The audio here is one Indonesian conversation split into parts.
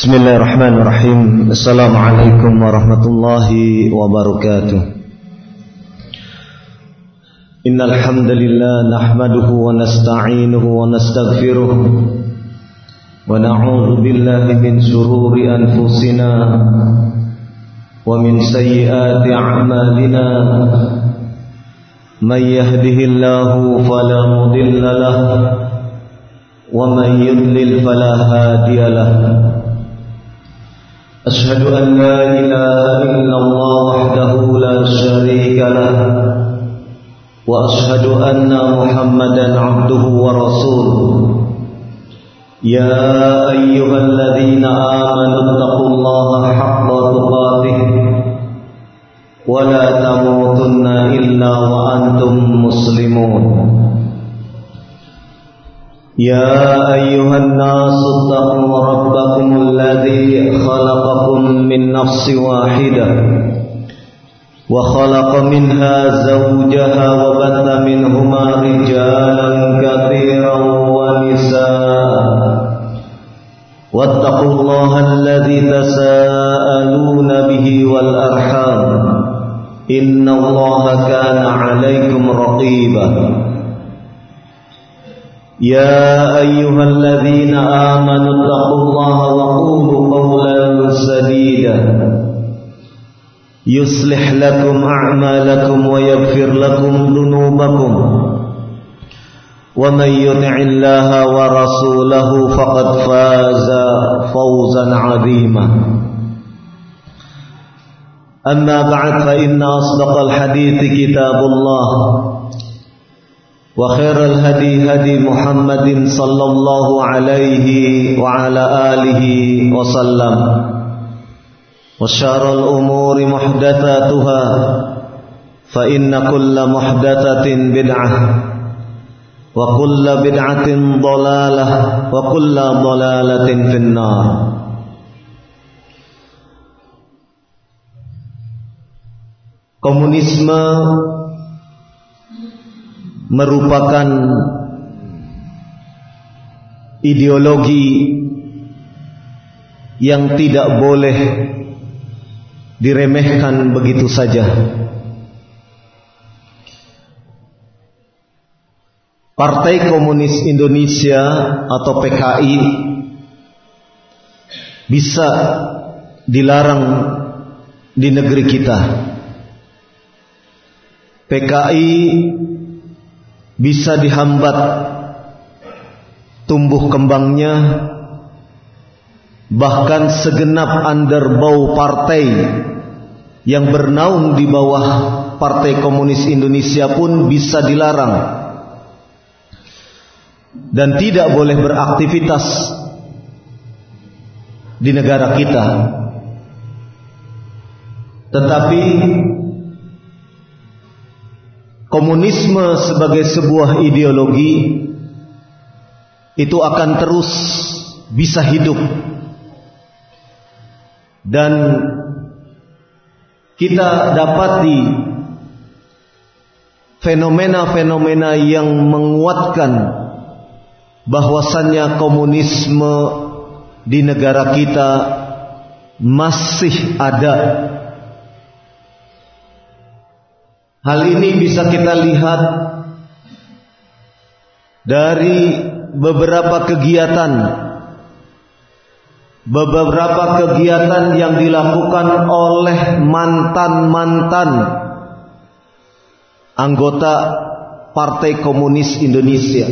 Bismillahirrahmanirrahim. Assalamualaikum warahmatullahi wabarakatuh. Innal hamdalillah nahmaduhu wa nasta'inuhu wa nastaghfiruh wa na'udzu billahi min shururi anfusina wa min sayyiati a'malina. May yahdihillahu fala mudilla lahu wa man yudlil fala hadiya lahu. أشهد أن لا إله إلا الله وحده لا شريك له وأشهد أن محمدا عبده ورسوله يا أيها الذين آمنوا اتقوا الله حق تقاته ولا تموتن إلا وأنتم مسلمون يا أيها الناس اتقوا ربكم الذي خلقكم من نفس واحدة وخلق منها زوجها وبث منهما رجالا كثيرا ونساء واتقوا الله الذي تساءلون به والأرحام إن الله كان عليكم رقيبا يا أيها الذين آمنوا اتقوا الله وقولوا قولا سديدا يصلح لكم أعمالكم ويغفر لكم ذنوبكم ومن يطع الله ورسوله فقد فاز فوزا عظيما أما بعد فإن أصدق الحديث كتاب الله وخير الهدي هدي محمد صلى الله عليه وعلى آله وسلم وشر الأمور محدثاتها فإن كل محدثة بدعة وكل بدعة ضلالة وكل ضلالة في النار. Komunisme merupakan ideologi yang tidak boleh diremehkan begitu saja. Partai Komunis Indonesia atau PKI bisa dilarang di negeri kita. PKI bisa dihambat tumbuh kembangnya, bahkan segenap underbow partai yang bernaung di bawah Partai Komunis Indonesia pun bisa dilarang dan tidak boleh beraktivitas di negara kita. Tetapi komunisme sebagai sebuah ideologi itu akan terus bisa hidup, dan kita dapati fenomena-fenomena yang menguatkan bahwasannya komunisme di negara kita masih ada. Hal ini bisa kita lihat dari beberapa kegiatan yang dilakukan oleh mantan-mantan anggota Partai Komunis Indonesia.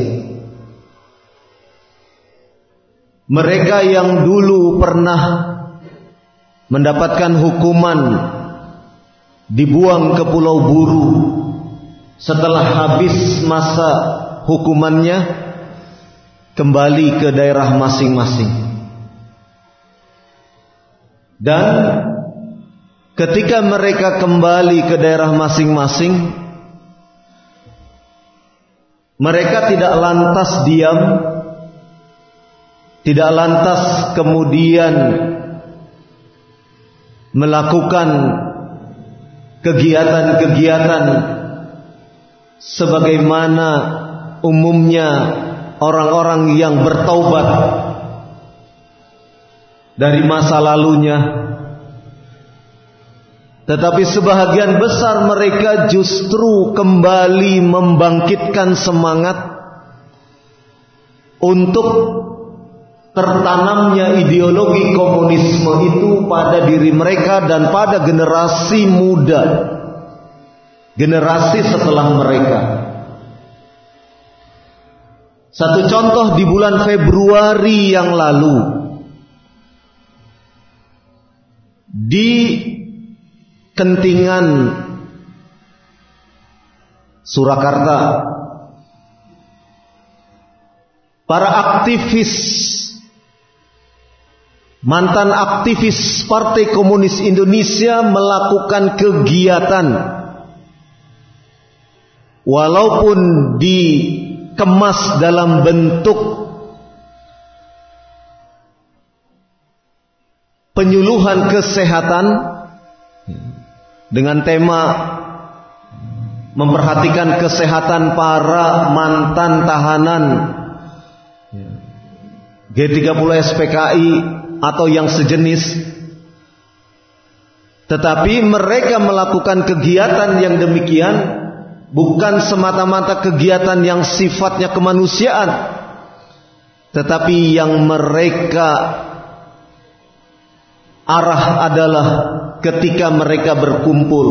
Mereka yang dulu pernah mendapatkan hukuman dibuang ke Pulau Buru, setelah habis masa hukumannya kembali ke daerah masing-masing. Dan ketika mereka kembali ke daerah masing-masing, mereka tidak lantas diam, tidak lantas kemudian melakukan kegiatan-kegiatan sebagaimana umumnya orang-orang yang bertaubat. dari masa lalunya. Tetapi sebahagian besar mereka justru kembali membangkitkan semangat untuk tertanamnya ideologi komunisme itu pada diri mereka dan pada generasi muda, generasi setelah mereka. Satu contoh di bulan Februari yang lalu, di Kentingan, Surakarta, para aktivis, mantan aktivis Partai Komunis Indonesia melakukan kegiatan, walaupun dikemas dalam bentuk penyuluhan kesehatan dengan tema memperhatikan kesehatan para mantan tahanan G30 SPKI atau yang sejenis. Tetapi mereka melakukan kegiatan yang demikian bukan semata-mata kegiatan yang sifatnya kemanusiaan, tetapi yang mereka arah adalah ketika mereka berkumpul,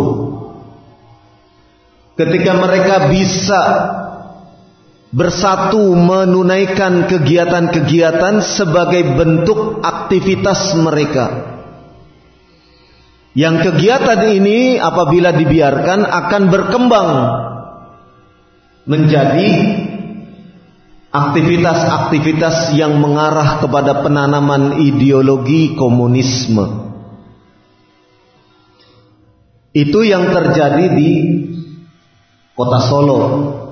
ketika mereka bisa bersatu menunaikan kegiatan-kegiatan sebagai bentuk aktivitas mereka. Yang kegiatan ini apabila dibiarkan akan berkembang menjadi aktivitas-aktivitas yang mengarah kepada penanaman ideologi komunisme. Itu yang terjadi di kota Solo,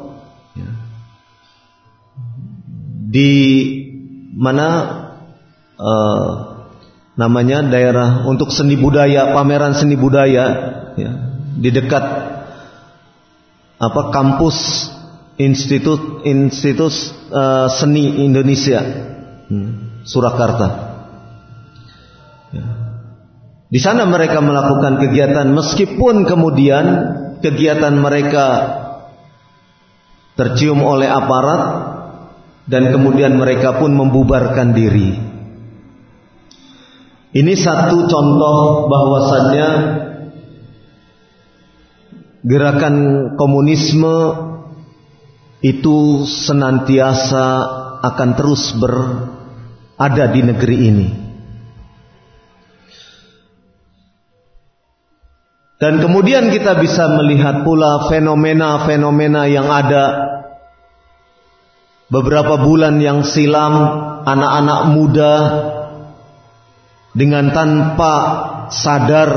di mana namanya daerah untuk seni budaya, pameran seni budaya, ya, di dekat kampus Institut Seni Indonesia, Surakarta. Ya. Di sana mereka melakukan kegiatan, meskipun kemudian kegiatan mereka tercium oleh aparat dan kemudian mereka pun membubarkan diri. Ini satu contoh bahwasannya gerakan komunisme itu senantiasa akan terus berada di negeri ini. Dan kemudian kita bisa melihat pula fenomena-fenomena yang ada beberapa bulan yang silam, anak-anak muda dengan tanpa sadar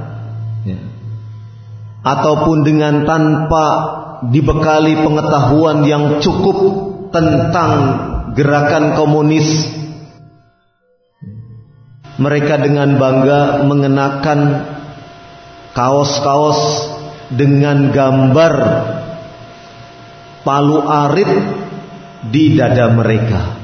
ataupun dengan tanpa dibekali pengetahuan yang cukup tentang gerakan komunis, mereka dengan bangga mengenakan kaos-kaos dengan gambar palu arit di dada mereka.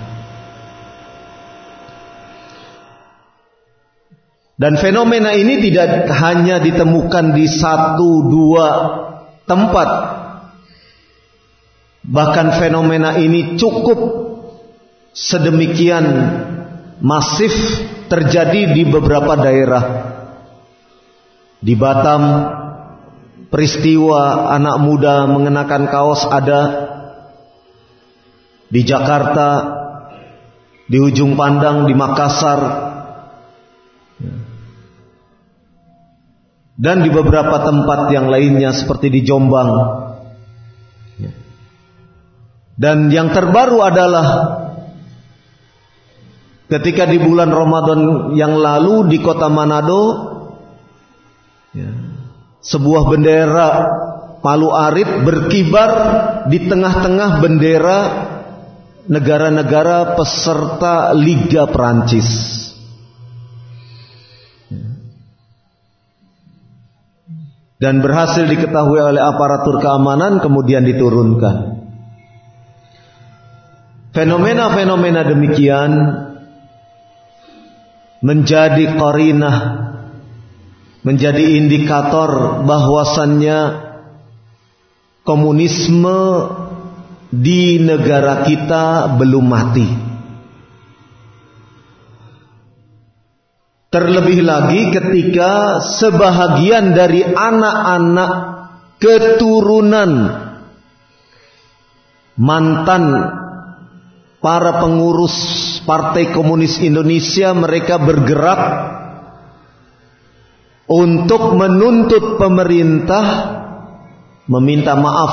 Dan fenomena ini tidak hanya ditemukan di 1-2 tempat. Bahkan fenomena ini cukup sedemikian masif terjadi di beberapa daerah. Di Batam, peristiwa anak muda mengenakan kaos ada. Di Jakarta, di Ujung Pandang, di Makassar, dan di beberapa tempat yang lainnya seperti di Jombang. Dan yang terbaru adalah ketika di bulan Ramadan yang lalu di kota Manado, sebuah bendera palu arit berkibar di tengah-tengah bendera negara-negara peserta Liga Perancis. Dan berhasil diketahui oleh aparatur keamanan, kemudian diturunkan. Fenomena-fenomena demikian menjadi qarinah, menjadi indikator bahwasannya komunisme di negara kita belum mati. Terlebih lagi ketika sebahagian dari anak-anak keturunan mantan para pengurus Partai Komunis Indonesia, mereka bergerak untuk menuntut pemerintah meminta maaf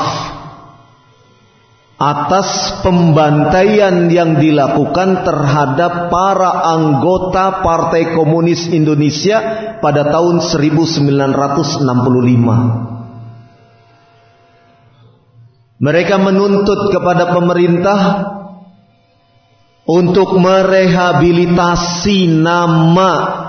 atas pembantaian yang dilakukan terhadap para anggota Partai Komunis Indonesia pada tahun 1965. Mereka menuntut kepada pemerintah untuk merehabilitasi nama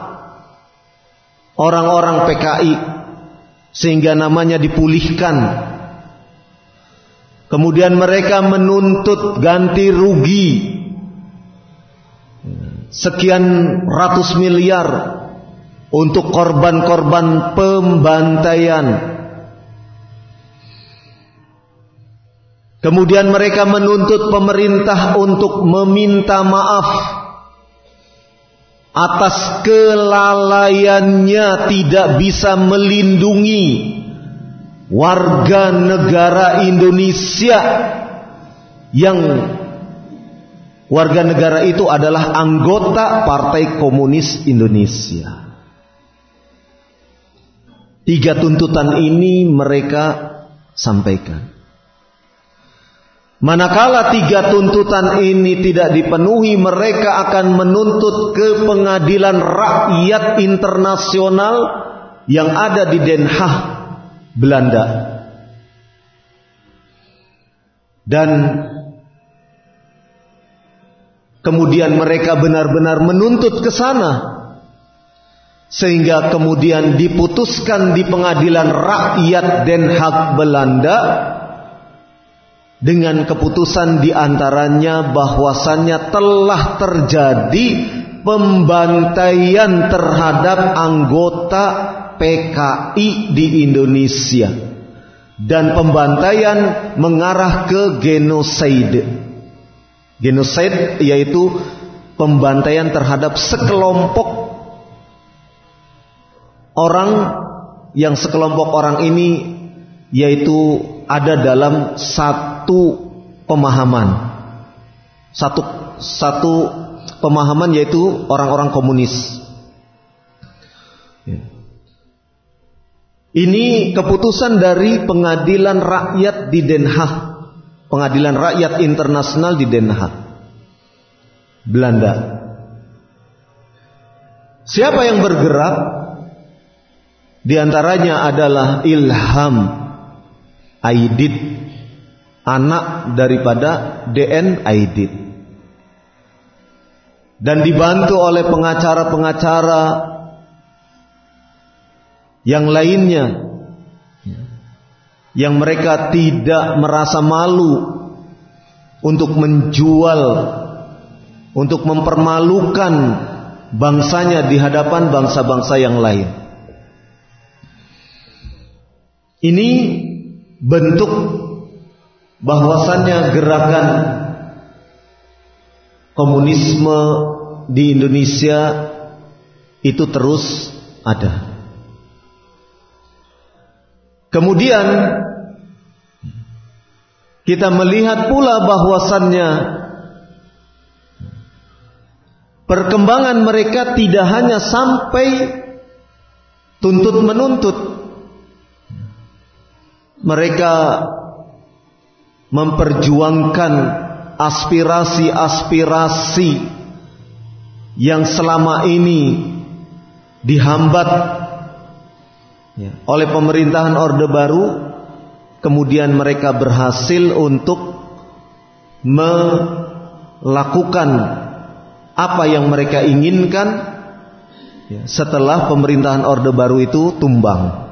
orang-orang PKI sehingga namanya dipulihkan. Kemudian mereka menuntut ganti rugi sekian ratus miliar untuk korban-korban pembantaian. Kemudian mereka menuntut pemerintah untuk meminta maaf atas kelalaiannya tidak bisa melindungi warga negara Indonesia yang warga negara itu adalah anggota Partai Komunis Indonesia. 3 tuntutan ini mereka sampaikan. Manakala 3 tuntutan ini tidak dipenuhi, mereka akan menuntut ke Pengadilan Rakyat Internasional yang ada di Den Haag, Belanda. Dan kemudian mereka benar-benar menuntut ke sana, sehingga kemudian diputuskan di Pengadilan Rakyat Den Haag, Belanda, dengan keputusan diantaranya bahwasannya telah terjadi pembantaian terhadap anggota PKI di Indonesia, dan pembantaian mengarah ke genosida. Genosida yaitu pembantaian terhadap sekelompok orang, yang sekelompok orang ini yaitu ada dalam satu pemahaman, satu pemahaman, yaitu orang-orang komunis. Ini keputusan dari Pengadilan Rakyat di Den Haag, Pengadilan Rakyat Internasional di Den Haag, Belanda. Siapa yang bergerak? Di antaranya adalah Ilham Aidit, anak daripada DN Aidit, dan dibantu oleh pengacara-pengacara yang lainnya, yang mereka tidak merasa malu untuk menjual, untuk mempermalukan bangsanya di hadapan bangsa-bangsa yang lain. Ini bentuk bahwasannya gerakan komunisme di Indonesia itu terus ada. Kemudian kita melihat pula bahwasannya perkembangan mereka tidak hanya sampai tuntut menuntut. Mereka memperjuangkan aspirasi-aspirasi yang selama ini dihambat oleh pemerintahan Orde Baru. Kemudian mereka berhasil untuk melakukan apa yang mereka inginkan setelah pemerintahan Orde Baru itu tumbang.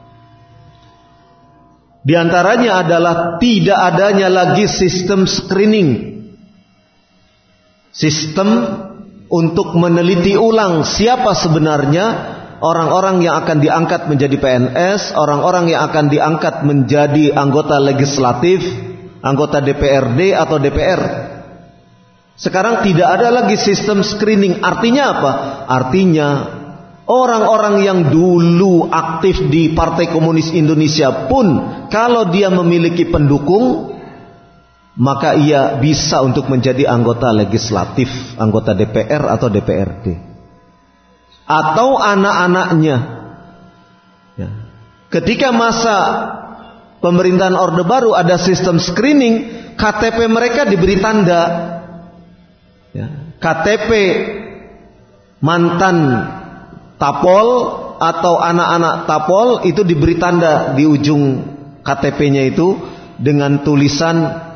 Di antaranya adalah tidak adanya lagi sistem screening, sistem untuk meneliti ulang siapa sebenarnya orang-orang yang akan diangkat menjadi PNS, orang-orang yang akan diangkat menjadi anggota legislatif, anggota DPRD atau DPR. Sekarang tidak ada lagi sistem screening. Artinya apa? Artinya orang-orang yang dulu aktif di Partai Komunis Indonesia pun kalau dia memiliki pendukung, maka ia bisa untuk menjadi anggota legislatif, anggota DPR atau DPRD, atau anak-anaknya. Ya. Ketika masa pemerintahan Orde Baru ada sistem screening, KTP mereka diberi tanda. Ya. KTP mantan Tapol atau anak-anak Tapol itu diberi tanda di ujung KTP-nya itu dengan tulisan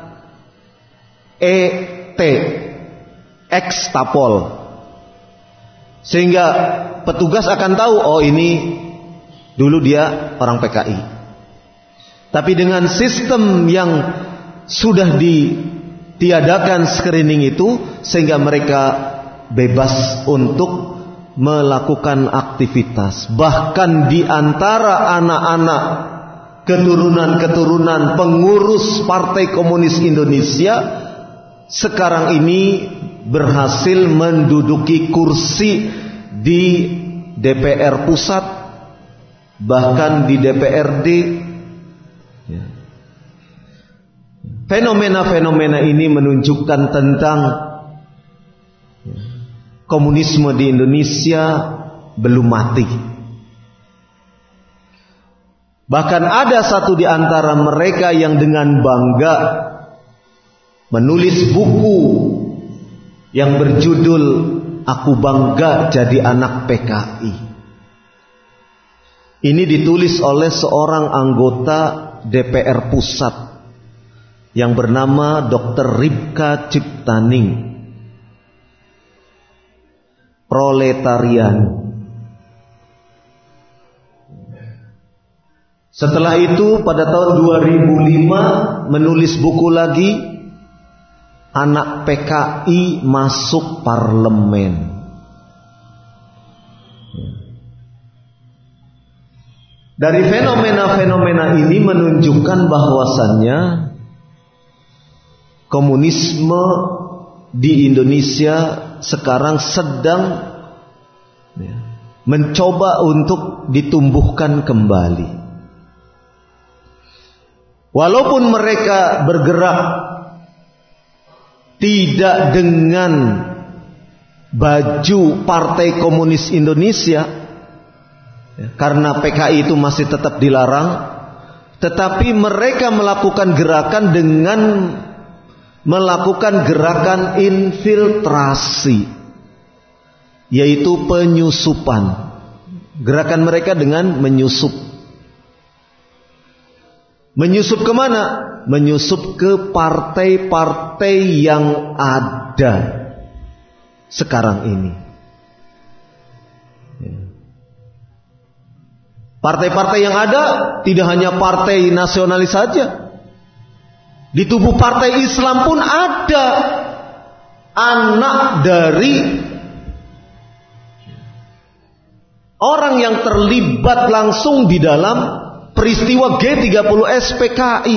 ET, ex Tapol, sehingga petugas akan tahu, oh ini dulu dia orang PKI. Tapi dengan sistem yang sudah ditiadakan screening itu, sehingga mereka bebas untuk melakukan aktivitas. Bahkan di antara anak-anak keturunan-keturunan pengurus Partai Komunis Indonesia sekarang ini berhasil menduduki kursi di DPR pusat, bahkan di DPRD. Fenomena-fenomena ini menunjukkan tentang komunisme di Indonesia belum mati. Bahkan ada satu di antara mereka yang dengan bangga menulis buku yang berjudul Aku Bangga Jadi Anak PKI. Ini ditulis oleh seorang anggota DPR pusat yang bernama Dr. Ripka Ciptaning. Proletarian. Setelah itu pada tahun 2005 menulis buku lagi, Anak PKI Masuk Parlemen. Dari fenomena-fenomena ini menunjukkan bahwasannya komunisme di Indonesia sekarang sedang mencoba untuk ditumbuhkan kembali. Walaupun mereka bergerak tidak dengan baju Partai Komunis Indonesia, karena PKI itu masih tetap dilarang, tetapi mereka melakukan gerakan dengan melakukan gerakan infiltrasi, yaitu penyusupan. Gerakan mereka dengan menyusup. Menyusup kemana? Menyusup ke partai-partai yang ada sekarang ini. Partai-partai yang ada tidak hanya partai nasionalis saja. Di tubuh partai Islam pun ada anak dari orang yang terlibat langsung di dalam peristiwa G30S PKI.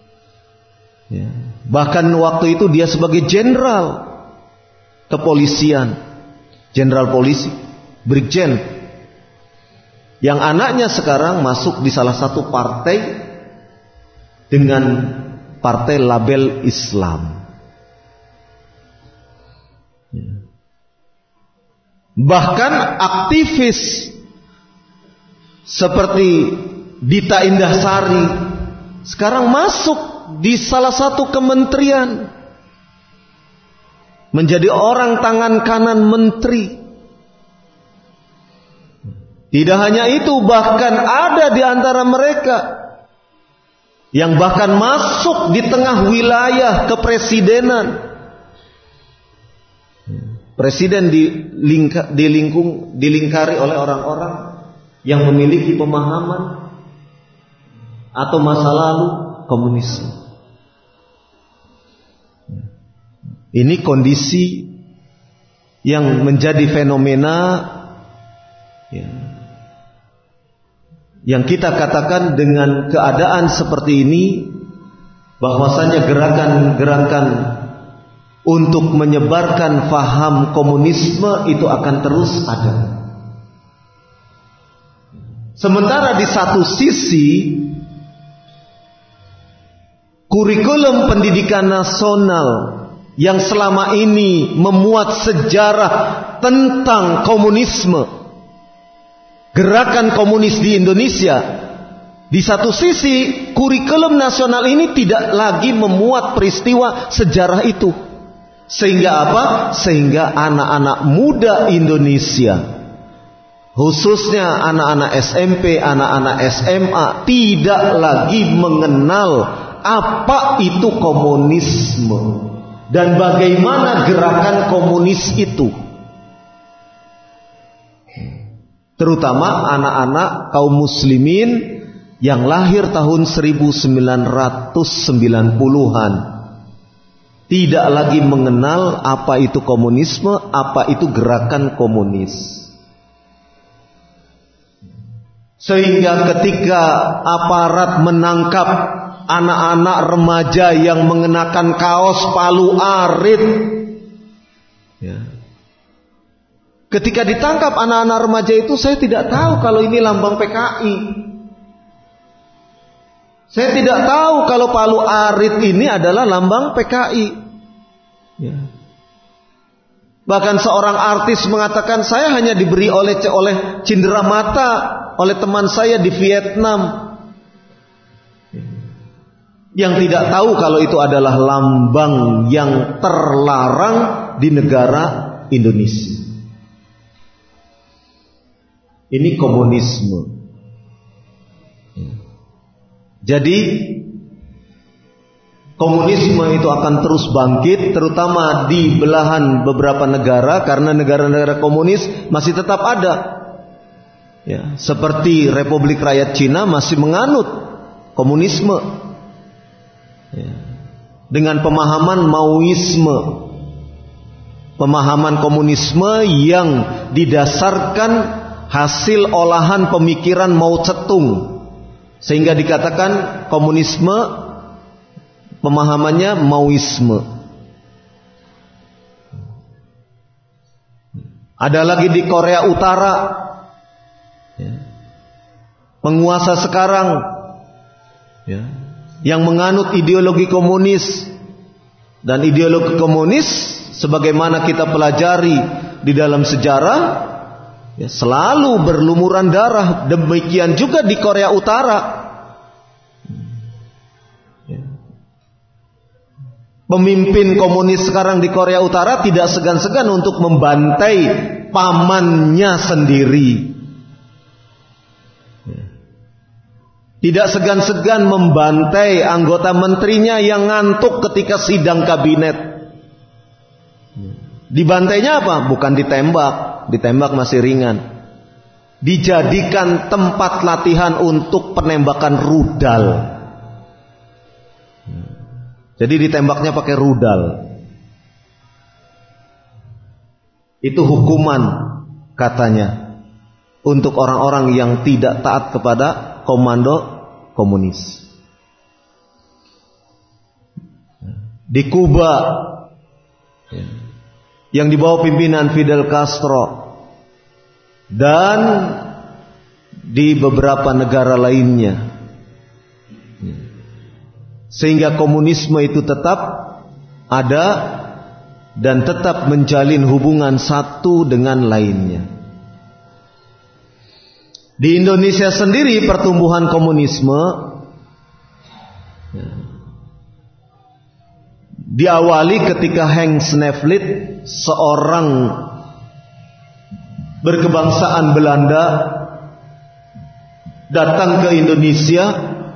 Bahkan waktu itu dia sebagai jenderal kepolisian, jenderal polisi, brigjen, yang anaknya sekarang masuk di salah satu partai dengan partai label Islam. Bahkan aktivis seperti Dita Indahsari sekarang masuk di salah satu kementerian, menjadi orang tangan kanan menteri. Tidak hanya itu, bahkan ada di antara mereka yang bahkan masuk di tengah wilayah kepresidenan. Presiden dilingkari oleh orang-orang yang memiliki pemahaman atau masa lalu komunisme. Ini kondisi yang menjadi fenomena yang kita katakan dengan keadaan seperti ini, bahwasanya gerakan-gerakan untuk menyebarkan faham komunisme itu akan terus ada. Sementara di satu sisi kurikulum pendidikan nasional yang selama ini memuat sejarah tentang komunisme, gerakan komunis di Indonesia, di satu sisi kurikulum nasional ini tidak lagi memuat peristiwa sejarah itu. Sehingga apa? Sehingga anak-anak muda Indonesia, khususnya anak-anak SMP, anak-anak SMA, tidak lagi mengenal apa itu komunisme dan bagaimana gerakan komunis itu. Terutama anak-anak kaum muslimin yang lahir tahun 1990-an tidak lagi mengenal apa itu komunisme, apa itu gerakan komunis. Sehingga ketika aparat menangkap anak-anak remaja yang mengenakan kaos palu arit, ketika ditangkap anak-anak remaja itu, saya tidak tahu kalau ini lambang PKI. Saya tidak tahu kalau palu arit ini adalah lambang PKI. Bahkan seorang artis mengatakan, saya hanya diberi oleh cindera mata oleh teman saya di Vietnam, yang tidak tahu kalau itu adalah lambang yang terlarang di negara Indonesia. Ini komunisme. Jadi komunisme itu akan terus bangkit, terutama di belahan beberapa negara, karena negara-negara komunis masih tetap ada. Seperti Republik Rakyat Cina masih menganut komunisme dengan pemahaman Maoisme, pemahaman komunisme yang didasarkan hasil olahan pemikiran Mao Zedong. Sehingga dikatakan komunisme pemahamannya Maoisme. Ada lagi di Korea Utara, penguasa sekarang yang menganut ideologi komunis. Dan ideologi komunis sebagaimana kita pelajari di dalam sejarah, selalu berlumuran darah. Demikian juga di Korea Utara. Pemimpin komunis sekarang di Korea Utara tidak segan-segan untuk membantai pamannya sendiri. Tidak segan-segan membantai anggota menterinya yang ngantuk ketika sidang kabinet. Dibantainya apa? Bukan ditembak. Ditembak masih ringan. Dijadikan tempat latihan untuk penembakan rudal. Jadi ditembaknya pakai rudal. Itu hukuman katanya untuk orang-orang yang tidak taat kepada komando komunis. Di Kuba yang di bawah pimpinan Fidel Castro dan di beberapa negara lainnya, sehingga komunisme itu tetap ada dan tetap menjalin hubungan satu dengan lainnya. Di Indonesia sendiri pertumbuhan komunisme diawali ketika Henk Snevely, seorang berkebangsaan Belanda, datang ke Indonesia,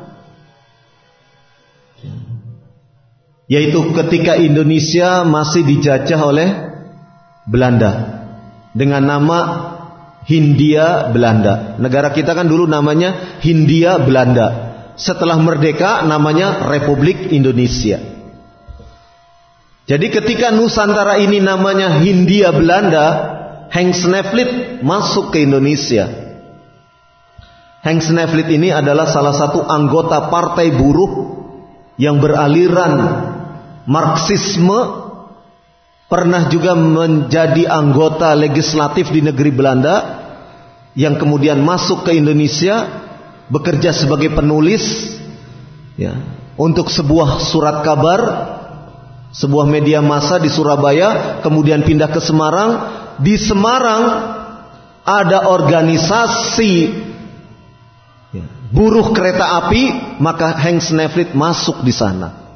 yaitu ketika Indonesia masih dijajah oleh Belanda dengan nama Hindia Belanda. Negara kita kan dulu namanya Hindia Belanda. Setelah merdeka namanya Republik Indonesia. Jadi ketika Nusantara ini namanya Hindia Belanda, Henk Sneflit masuk ke Indonesia. Henk Sneflit ini adalah salah satu anggota partai buruh yang beraliran Marxisme, pernah juga menjadi anggota legislatif di negeri Belanda, yang kemudian masuk ke Indonesia, bekerja sebagai penulis ya, untuk sebuah surat kabar, sebuah media massa di Surabaya, kemudian pindah ke Semarang. Di Semarang ada organisasi ya, buruh kereta api, maka Henk Sneflit masuk di sana.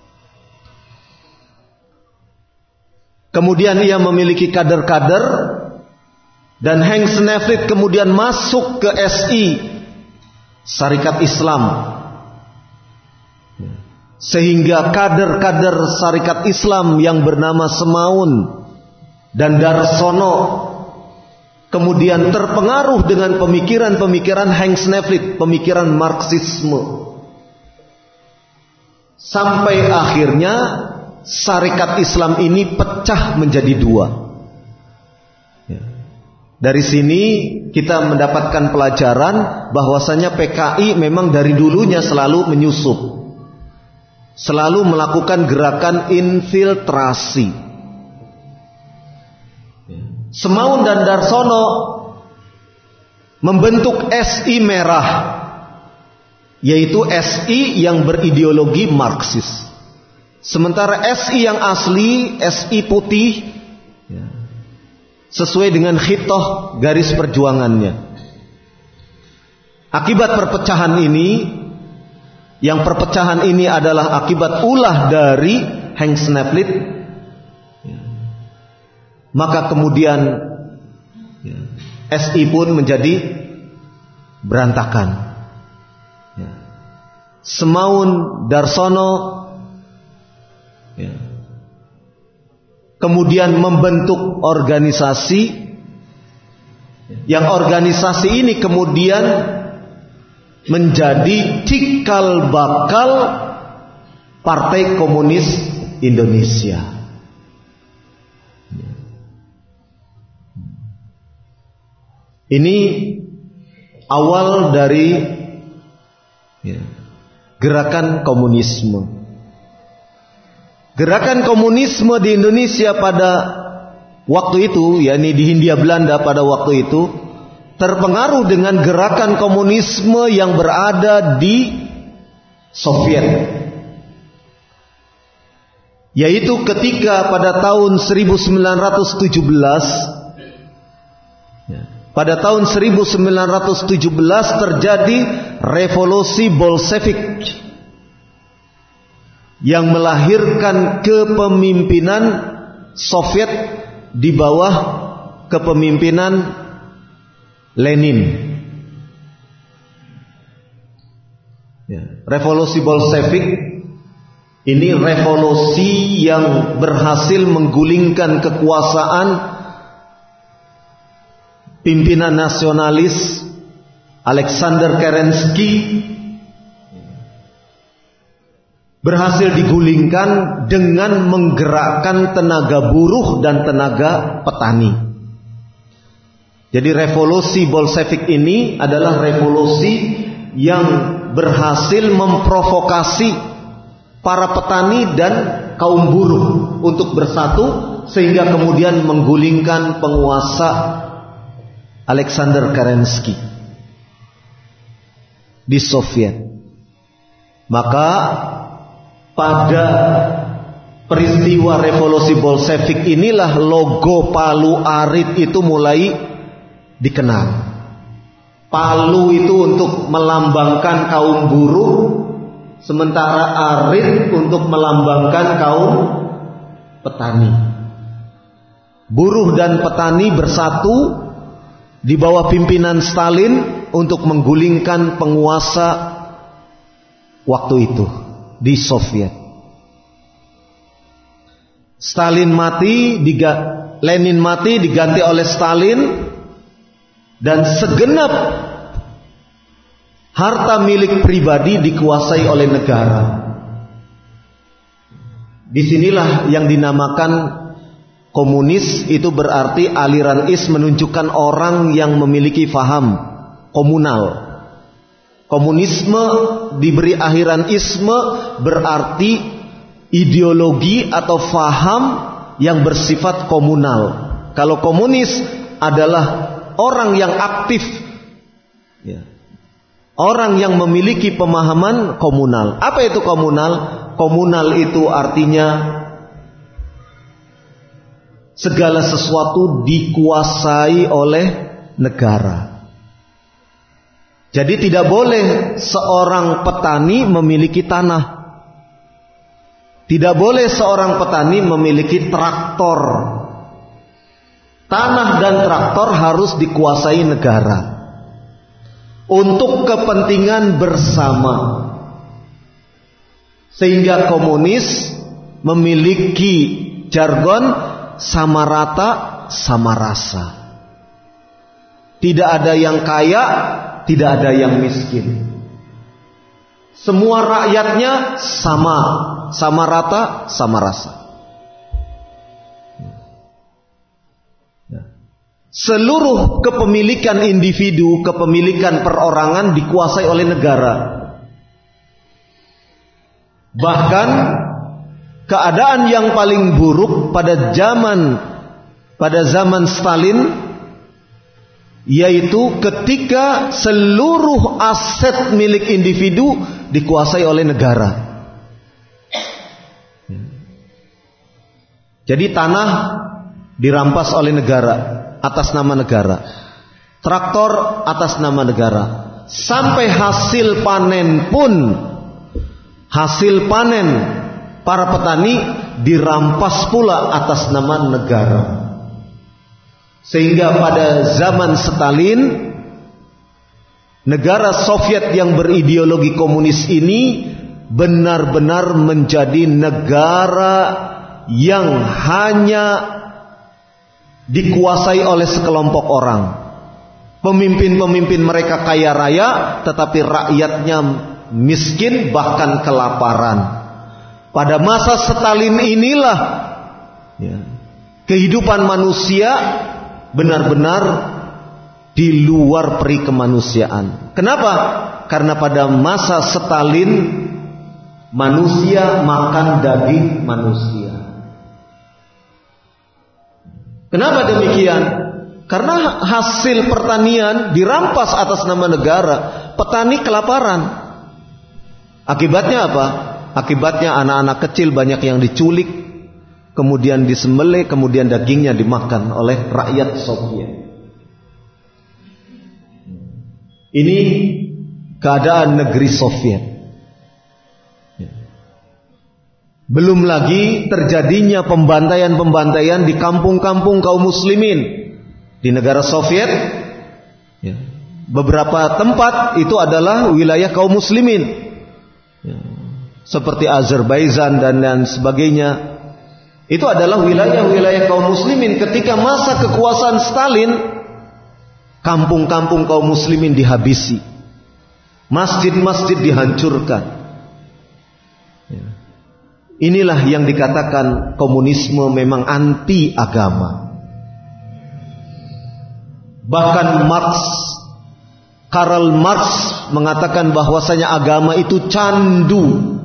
Kemudian ia memiliki kader-kader, dan Henk Sneflit kemudian masuk ke SI, Syarikat Islam. Sehingga kader-kader Syarikat Islam yang bernama Semaun dan Darsono kemudian terpengaruh dengan pemikiran-pemikiran Henk Sneflit, pemikiran Marxisme. Sampai akhirnya Syarikat Islam ini pecah menjadi dua. Dari sini kita mendapatkan pelajaran bahwasanya PKI memang dari dulunya selalu menyusup, selalu melakukan gerakan infiltrasi. Semaun dan Darsono membentuk SI Merah, yaitu SI yang berideologi Marxis. Sementara SI yang asli, SI putih, sesuai dengan khitoh garis perjuangannya. Akibat perpecahan ini, yang perpecahan ini adalah akibat ulah dari Henk Sneflit, maka kemudian SI pun menjadi berantakan. Semaun, Darsono kemudian membentuk organisasi, yang organisasi ini kemudian menjadi cikal bakal Partai Komunis Indonesia. Ini awal dari gerakan komunisme. Gerakan komunisme di Indonesia pada waktu itu, yakni di Hindia Belanda pada waktu itu, terpengaruh dengan gerakan komunisme yang berada di Soviet. Yaitu ketika pada tahun 1917, pada tahun 1917 terjadi revolusi Bolshevik yang melahirkan kepemimpinan Soviet di bawah kepemimpinan Lenin. Revolusi Bolshevik ini revolusi yang berhasil menggulingkan kekuasaan pimpinan nasionalis Alexander Kerensky, berhasil digulingkan dengan menggerakkan tenaga buruh dan tenaga petani. Jadi revolusi Bolshevik ini adalah revolusi yang berhasil memprovokasi para petani dan kaum buruh untuk bersatu, sehingga kemudian menggulingkan penguasa Alexander Kerensky di Soviet. Maka pada peristiwa revolusi Bolshevik inilah logo Palu Arit itu mulai dikenal. Palu itu untuk melambangkan kaum buruh, sementara Arit untuk melambangkan kaum petani. Buruh dan petani bersatu di bawah pimpinan Stalin untuk menggulingkan penguasa waktu itu di Soviet. Stalin mati, Lenin mati, diganti oleh Stalin, dan segenap harta milik pribadi dikuasai oleh negara. Disinilah yang dinamakan komunis. Itu berarti aliran is menunjukkan orang yang memiliki faham komunal. Komunisme diberi akhiran isme berarti ideologi atau faham yang bersifat komunal. Kalau komunis adalah orang yang aktif, ya, orang yang memiliki pemahaman komunal. Apa itu komunal? Komunal itu artinya segala sesuatu dikuasai oleh negara. Jadi tidak boleh seorang petani memiliki tanah. Tidak boleh seorang petani memiliki traktor. Tanah dan traktor harus dikuasai negara untuk kepentingan bersama. Sehingga komunis memiliki jargon sama rata, sama rasa. Tidak ada yang kaya, tidak ada yang miskin. Semua rakyatnya sama, sama rata, sama rasa. Seluruh kepemilikan individu, kepemilikan perorangan dikuasai oleh negara. Bahkan keadaan yang paling buruk pada zaman Stalin, yaitu ketika seluruh aset milik individu dikuasai oleh negara. Jadi tanah dirampas oleh negara atas nama negara, traktor atas nama negara, sampai hasil panen pun, hasil panen para petani dirampas pula atas nama negara. Sehingga pada zaman Stalin, negara Soviet yang berideologi komunis ini benar-benar menjadi negara yang hanya dikuasai oleh sekelompok orang. Pemimpin-pemimpin mereka kaya raya, tetapi rakyatnya miskin bahkan kelaparan. Pada masa Stalin inilah kehidupan manusia benar-benar di luar peri kemanusiaan. Kenapa? Karena pada masa Stalin manusia makan daging manusia. Kenapa demikian? Karena hasil pertanian dirampas atas nama negara, petani kelaparan. Akibatnya apa? Akibatnya anak-anak kecil banyak yang diculik, kemudian disembelih, kemudian dagingnya dimakan oleh rakyat Soviet. Ini keadaan negeri Soviet. Belum lagi terjadinya pembantaian-pembantaian di kampung-kampung kaum muslimin di negara Soviet. Beberapa tempat itu adalah wilayah kaum muslimin, seperti Azerbaijan dan sebagainya. Itu adalah wilayah-wilayah kaum muslimin. Ketika masa kekuasaan Stalin, kampung-kampung kaum muslimin dihabisi, masjid-masjid dihancurkan. Inilah yang dikatakan komunisme memang anti agama. Bahkan Karl Marx mengatakan bahwasanya agama itu candu.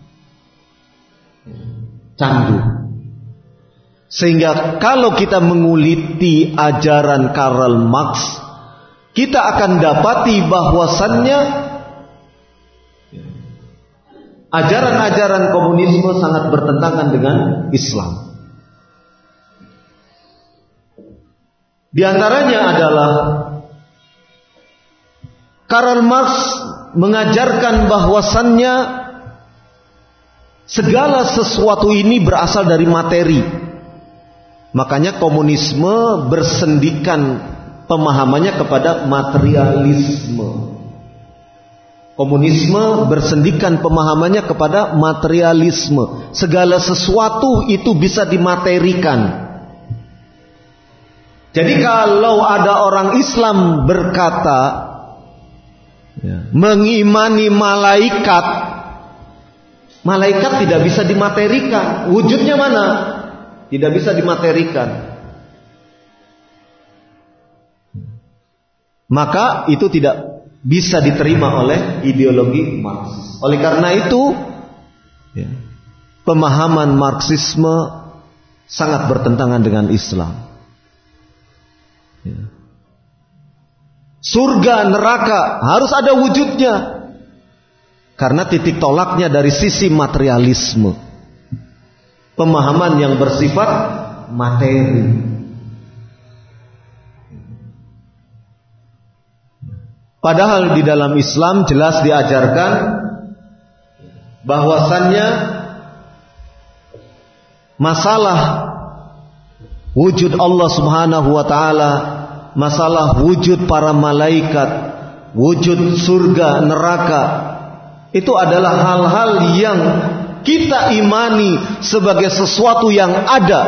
Sehingga kalau kita menguliti ajaran Karl Marx, kita akan dapati bahwasannya ajaran-ajaran komunisme sangat bertentangan dengan Islam. Di antaranya adalah Karl Marx mengajarkan bahwasannya segala sesuatu ini berasal dari materi. Makanya komunisme bersendikan pemahamannya kepada materialisme. Komunisme bersendikan pemahamannya kepada materialisme. Segala sesuatu itu bisa dimaterikan. Jadi kalau ada orang Islam berkata mengimani malaikat, Malaikat tidak bisa dimaterikan. Wujudnya mana? Tidak bisa dimaterikan. Maka itu tidak bisa diterima oleh ideologi Marxis. Oleh karena itu, pemahaman Marxisme sangat bertentangan dengan Islam. Surga, neraka harus ada wujudnya, karena titik tolaknya dari sisi materialisme, pemahaman yang bersifat materi. Padahal di dalam Islam jelas diajarkan bahwasannya masalah wujud Allah Subhanahu wa taala, masalah wujud para malaikat, wujud surga, neraka, itu adalah hal-hal yang kita imani sebagai sesuatu yang ada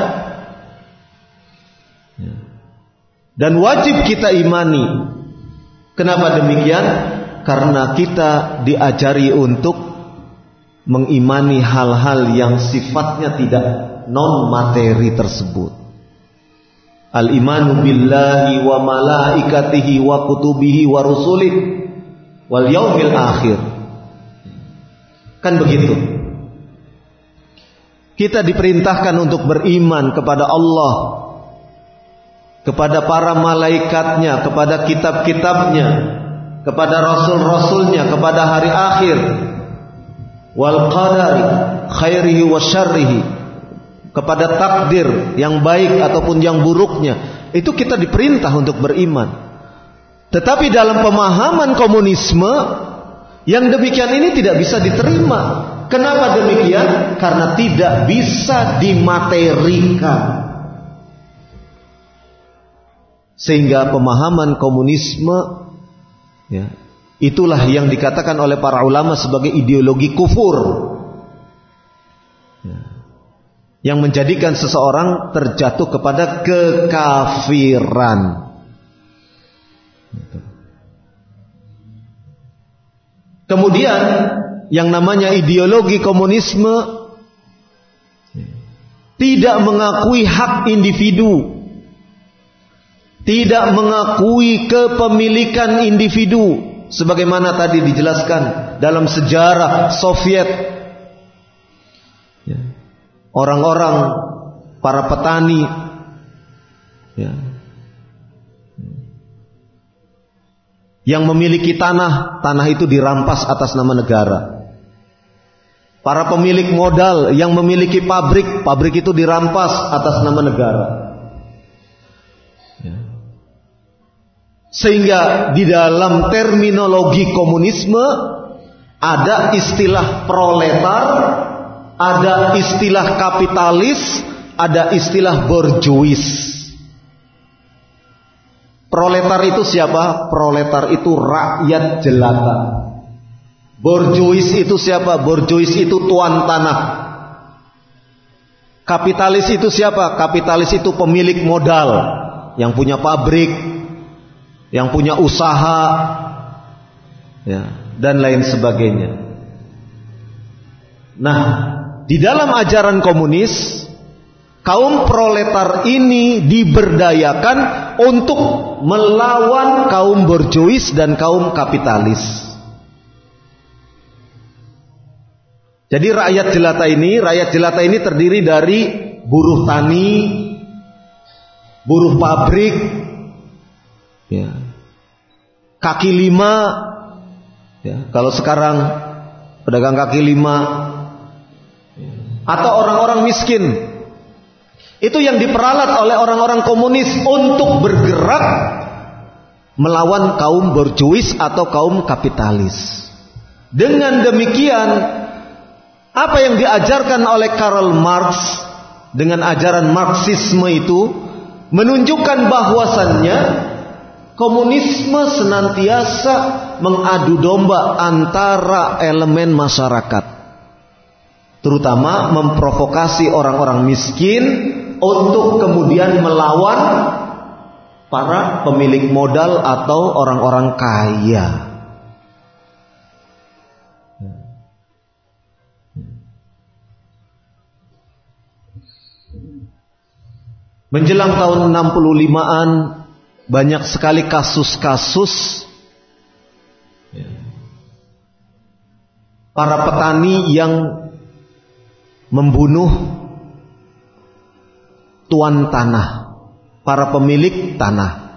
dan wajib kita imani. Kenapa demikian? Karena kita diajari untuk mengimani hal-hal yang sifatnya tidak non-materi tersebut. Al-imanu billahi wa malaikatihi wa kutubihi wa rusulih wal yaumil akhir. Kan begitu. Kita diperintahkan untuk beriman kepada Allah, kepada para malaikatnya, kepada kitab-kitabnya, kepada rasul-rasulnya, kepada hari akhir, wal qadari khairihi wa syarrihi, kepada takdir yang baik ataupun yang buruknya. Itu kita diperintah untuk beriman. Tetapi dalam pemahaman komunisme, yang demikian ini tidak bisa diterima. Kenapa demikian? Karena tidak bisa dimaterikan. Sehingga pemahaman komunisme, itulah yang dikatakan oleh para ulama sebagai ideologi kufur, yang menjadikan seseorang terjatuh kepada kekafiran. Kemudian yang namanya ideologi komunisme tidak mengakui hak individu, tidak mengakui kepemilikan individu, sebagaimana tadi dijelaskan dalam sejarah Soviet. Orang-orang, para petani, yang memiliki tanah itu dirampas atas nama negara. Para pemilik modal yang memiliki pabrik itu dirampas atas nama negara. Sehingga di dalam terminologi komunisme ada istilah proletar, ada istilah kapitalis, ada istilah borjuis. Proletar itu siapa? Proletar itu rakyat jelata. Borjuis itu siapa? Borjuis itu tuan tanah. Kapitalis itu siapa? Kapitalis itu pemilik modal, yang punya pabrik, yang punya usaha, dan lain sebagainya. Nah, di dalam ajaran komunis, kaum proletar ini diberdayakan untuk melawan kaum borjuis dan kaum kapitalis. Jadi rakyat jelata ini terdiri dari buruh tani, buruh pabrik, kaki lima, kalau sekarang pedagang kaki lima, atau orang-orang miskin. Itu yang diperalat oleh orang-orang komunis untuk bergerak melawan kaum borjuis atau kaum kapitalis. Dengan demikian, apa yang diajarkan oleh Karl Marx dengan ajaran Marxisme itu menunjukkan bahwasannya komunisme senantiasa mengadu domba antara elemen masyarakat, terutama memprovokasi orang-orang miskin untuk kemudian melawan para pemilik modal atau orang-orang kaya. menjelang tahun 65-an banyak sekali kasus-kasus para petani yang membunuh tuan tanah, para pemilik tanah.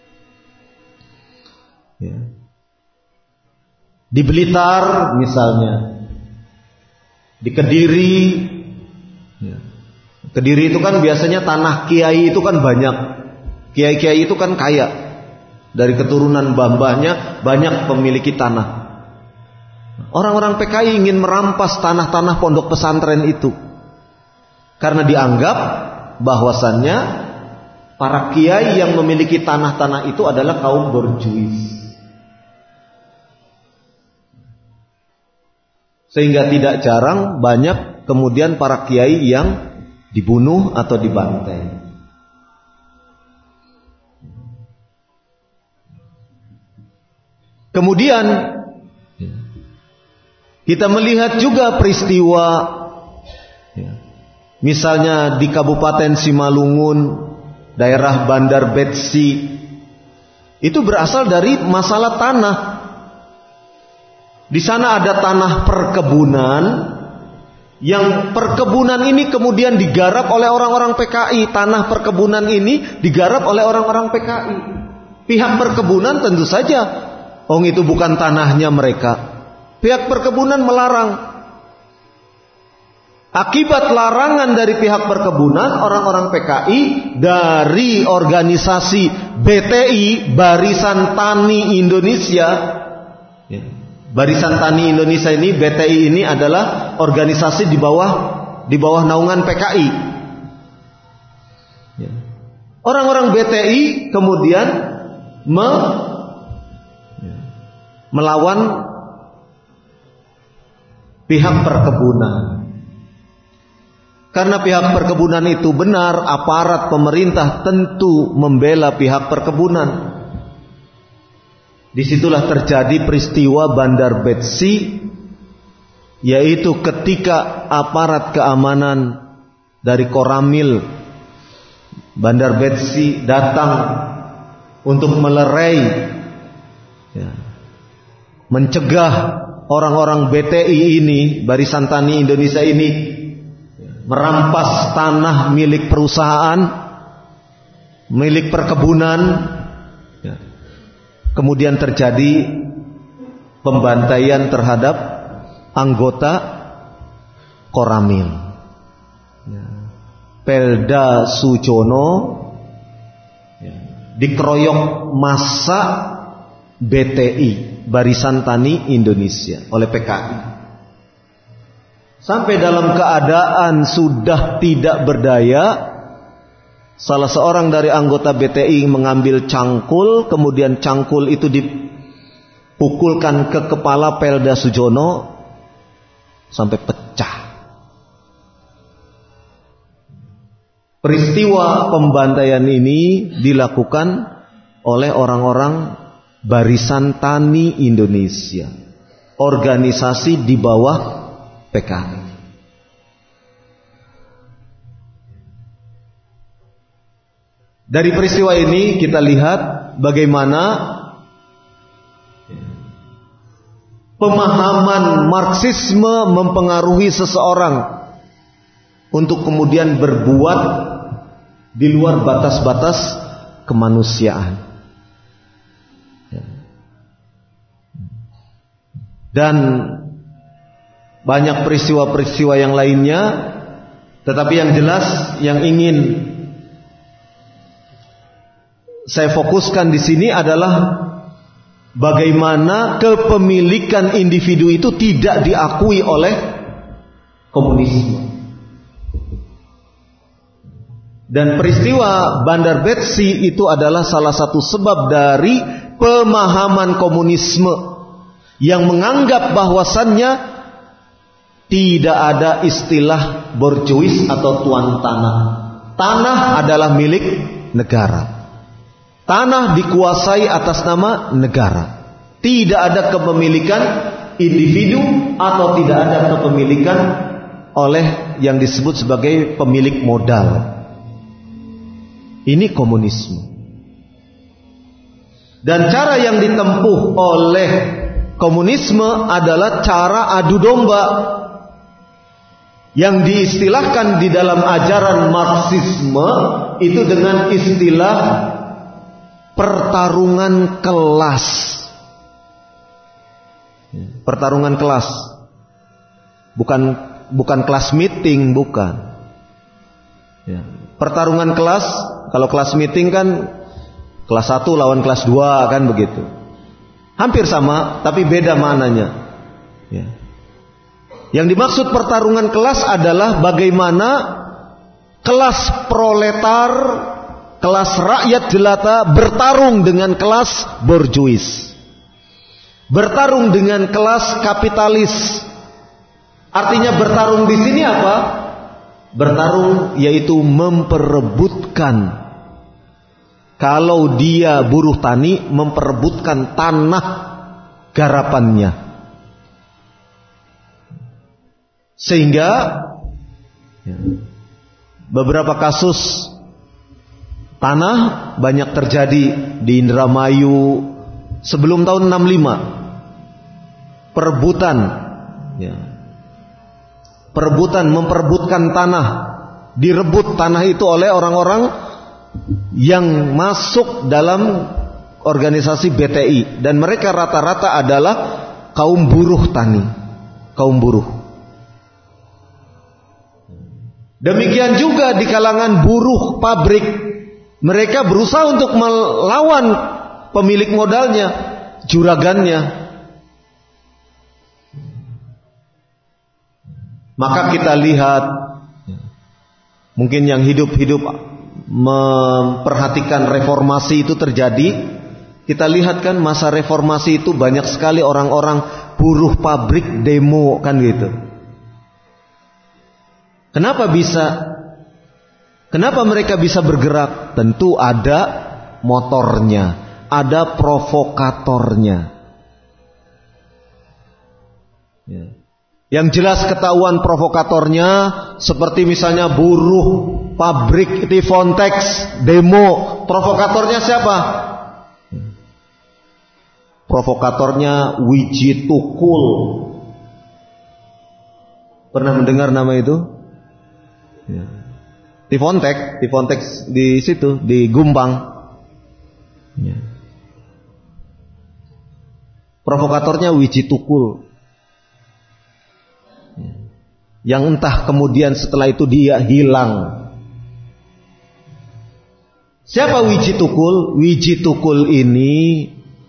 Di Blitar misalnya, di Kediri. Kediri itu kan biasanya tanah kiai itu kan banyak. Kiai-kiai itu kan kaya. Dari keturunan mbah-mbahnya banyak memiliki tanah. Orang-orang PKI ingin merampas tanah-tanah pondok pesantren itu. Karena dianggap bahwasannya para kiai yang memiliki tanah-tanah itu adalah kaum borjuis. Sehingga tidak jarang banyak kemudian para kiai yang dibunuh atau dibantai. Kemudian kita melihat juga peristiwa misalnya di Kabupaten Simalungun, daerah Bandar Betsi, itu berasal dari masalah tanah. Di sana ada tanah perkebunan, yang perkebunan ini kemudian digarap oleh orang-orang PKI. Tanah perkebunan ini digarap oleh orang-orang PKI. Pihak perkebunan tentu saja, itu bukan tanahnya mereka. Pihak perkebunan melarang. Akibat larangan dari pihak perkebunan, orang-orang PKI dari organisasi BTI, Barisan Tani Indonesia. Barisan Tani Indonesia ini, BTI ini adalah organisasi di bawah naungan PKI. Orang-orang BTI kemudian melawan pihak perkebunan. Karena pihak perkebunan itu benar, aparat pemerintah tentu membela pihak perkebunan. Disitulah terjadi peristiwa Bandar Betsi, yaitu ketika aparat keamanan dari Koramil Bandar Betsi datang untuk melerai, mencegah orang-orang BTI ini, Barisan Tani Indonesia ini, merampas tanah milik perusahaan, milik perkebunan. Kemudian terjadi pembantaian terhadap anggota Koramil. Pelda Sujono dikeroyok massa BTI, Barisan Tani Indonesia, oleh PKI. Sampai dalam keadaan sudah tidak berdaya, salah seorang dari anggota BTI mengambil cangkul, kemudian cangkul itu dipukulkan ke kepala Pelda Sujono sampai pecah. Peristiwa pembantaian ini dilakukan oleh orang-orang Barisan Tani Indonesia, organisasi di bawah PKI. Dari peristiwa ini kita lihat bagaimana pemahaman Marxisme mempengaruhi seseorang untuk kemudian berbuat di luar batas-batas kemanusiaan. Dan banyak peristiwa-peristiwa yang lainnya, tetapi yang jelas yang ingin saya fokuskan di sini adalah bagaimana kepemilikan individu itu tidak diakui oleh komunisme. Dan peristiwa Bandar Betsi itu adalah salah satu sebab dari pemahaman komunisme yang menganggap bahwasannya tidak ada istilah borjuis atau tuan tanah. Tanah adalah milik negara. Tanah dikuasai atas nama negara. Tidak ada kepemilikan individu atau tidak ada kepemilikan oleh yang disebut sebagai pemilik modal. Ini komunisme. Dan cara yang ditempuh oleh komunisme adalah cara adu domba yang diistilahkan di dalam ajaran Marxisme itu dengan istilah pertarungan kelas. Pertarungan kelas. Bukan kelas meeting, bukan. Ya. Pertarungan kelas, kalau kelas meeting kan kelas 1 lawan kelas 2 kan begitu. Hampir sama, tapi beda maknanya. Ya. Yang dimaksud pertarungan kelas adalah bagaimana kelas proletar, kelas rakyat jelata bertarung dengan kelas borjuis, bertarung dengan kelas kapitalis. Artinya bertarung di sini apa? Bertarung yaitu memperebutkan. Kalau dia buruh tani, memperebutkan tanah garapannya. Sehingga beberapa kasus tanah banyak terjadi di Indramayu sebelum tahun 65. Perebutan, perebutan, memperebutkan tanah, direbut tanah itu oleh orang-orang yang masuk dalam organisasi BTI, dan mereka rata-rata adalah kaum buruh tani, kaum buruh. Demikian juga di kalangan buruh pabrik, mereka berusaha untuk melawan pemilik modalnya, juragannya. Maka kita lihat, mungkin yang hidup-hidup memperhatikan reformasi itu terjadi, kita lihat kan masa reformasi itu banyak sekali orang-orang buruh pabrik demo kan gitu. Kenapa bisa? Kenapa mereka bisa bergerak? Tentu ada motornya, ada provokatornya. Ya. Yang jelas ketahuan provokatornya, seperti misalnya buruh pabrik Tifontex demo, provokatornya siapa? Provokatornya Wiji Tukul. Pernah mendengar nama itu? Ya. Tifontex di situ, di Gumbang. Ya. Provokatornya Wiji Tukul. Yang entah kemudian setelah itu dia hilang. Siapa Wiji Tukul? Wiji Tukul ini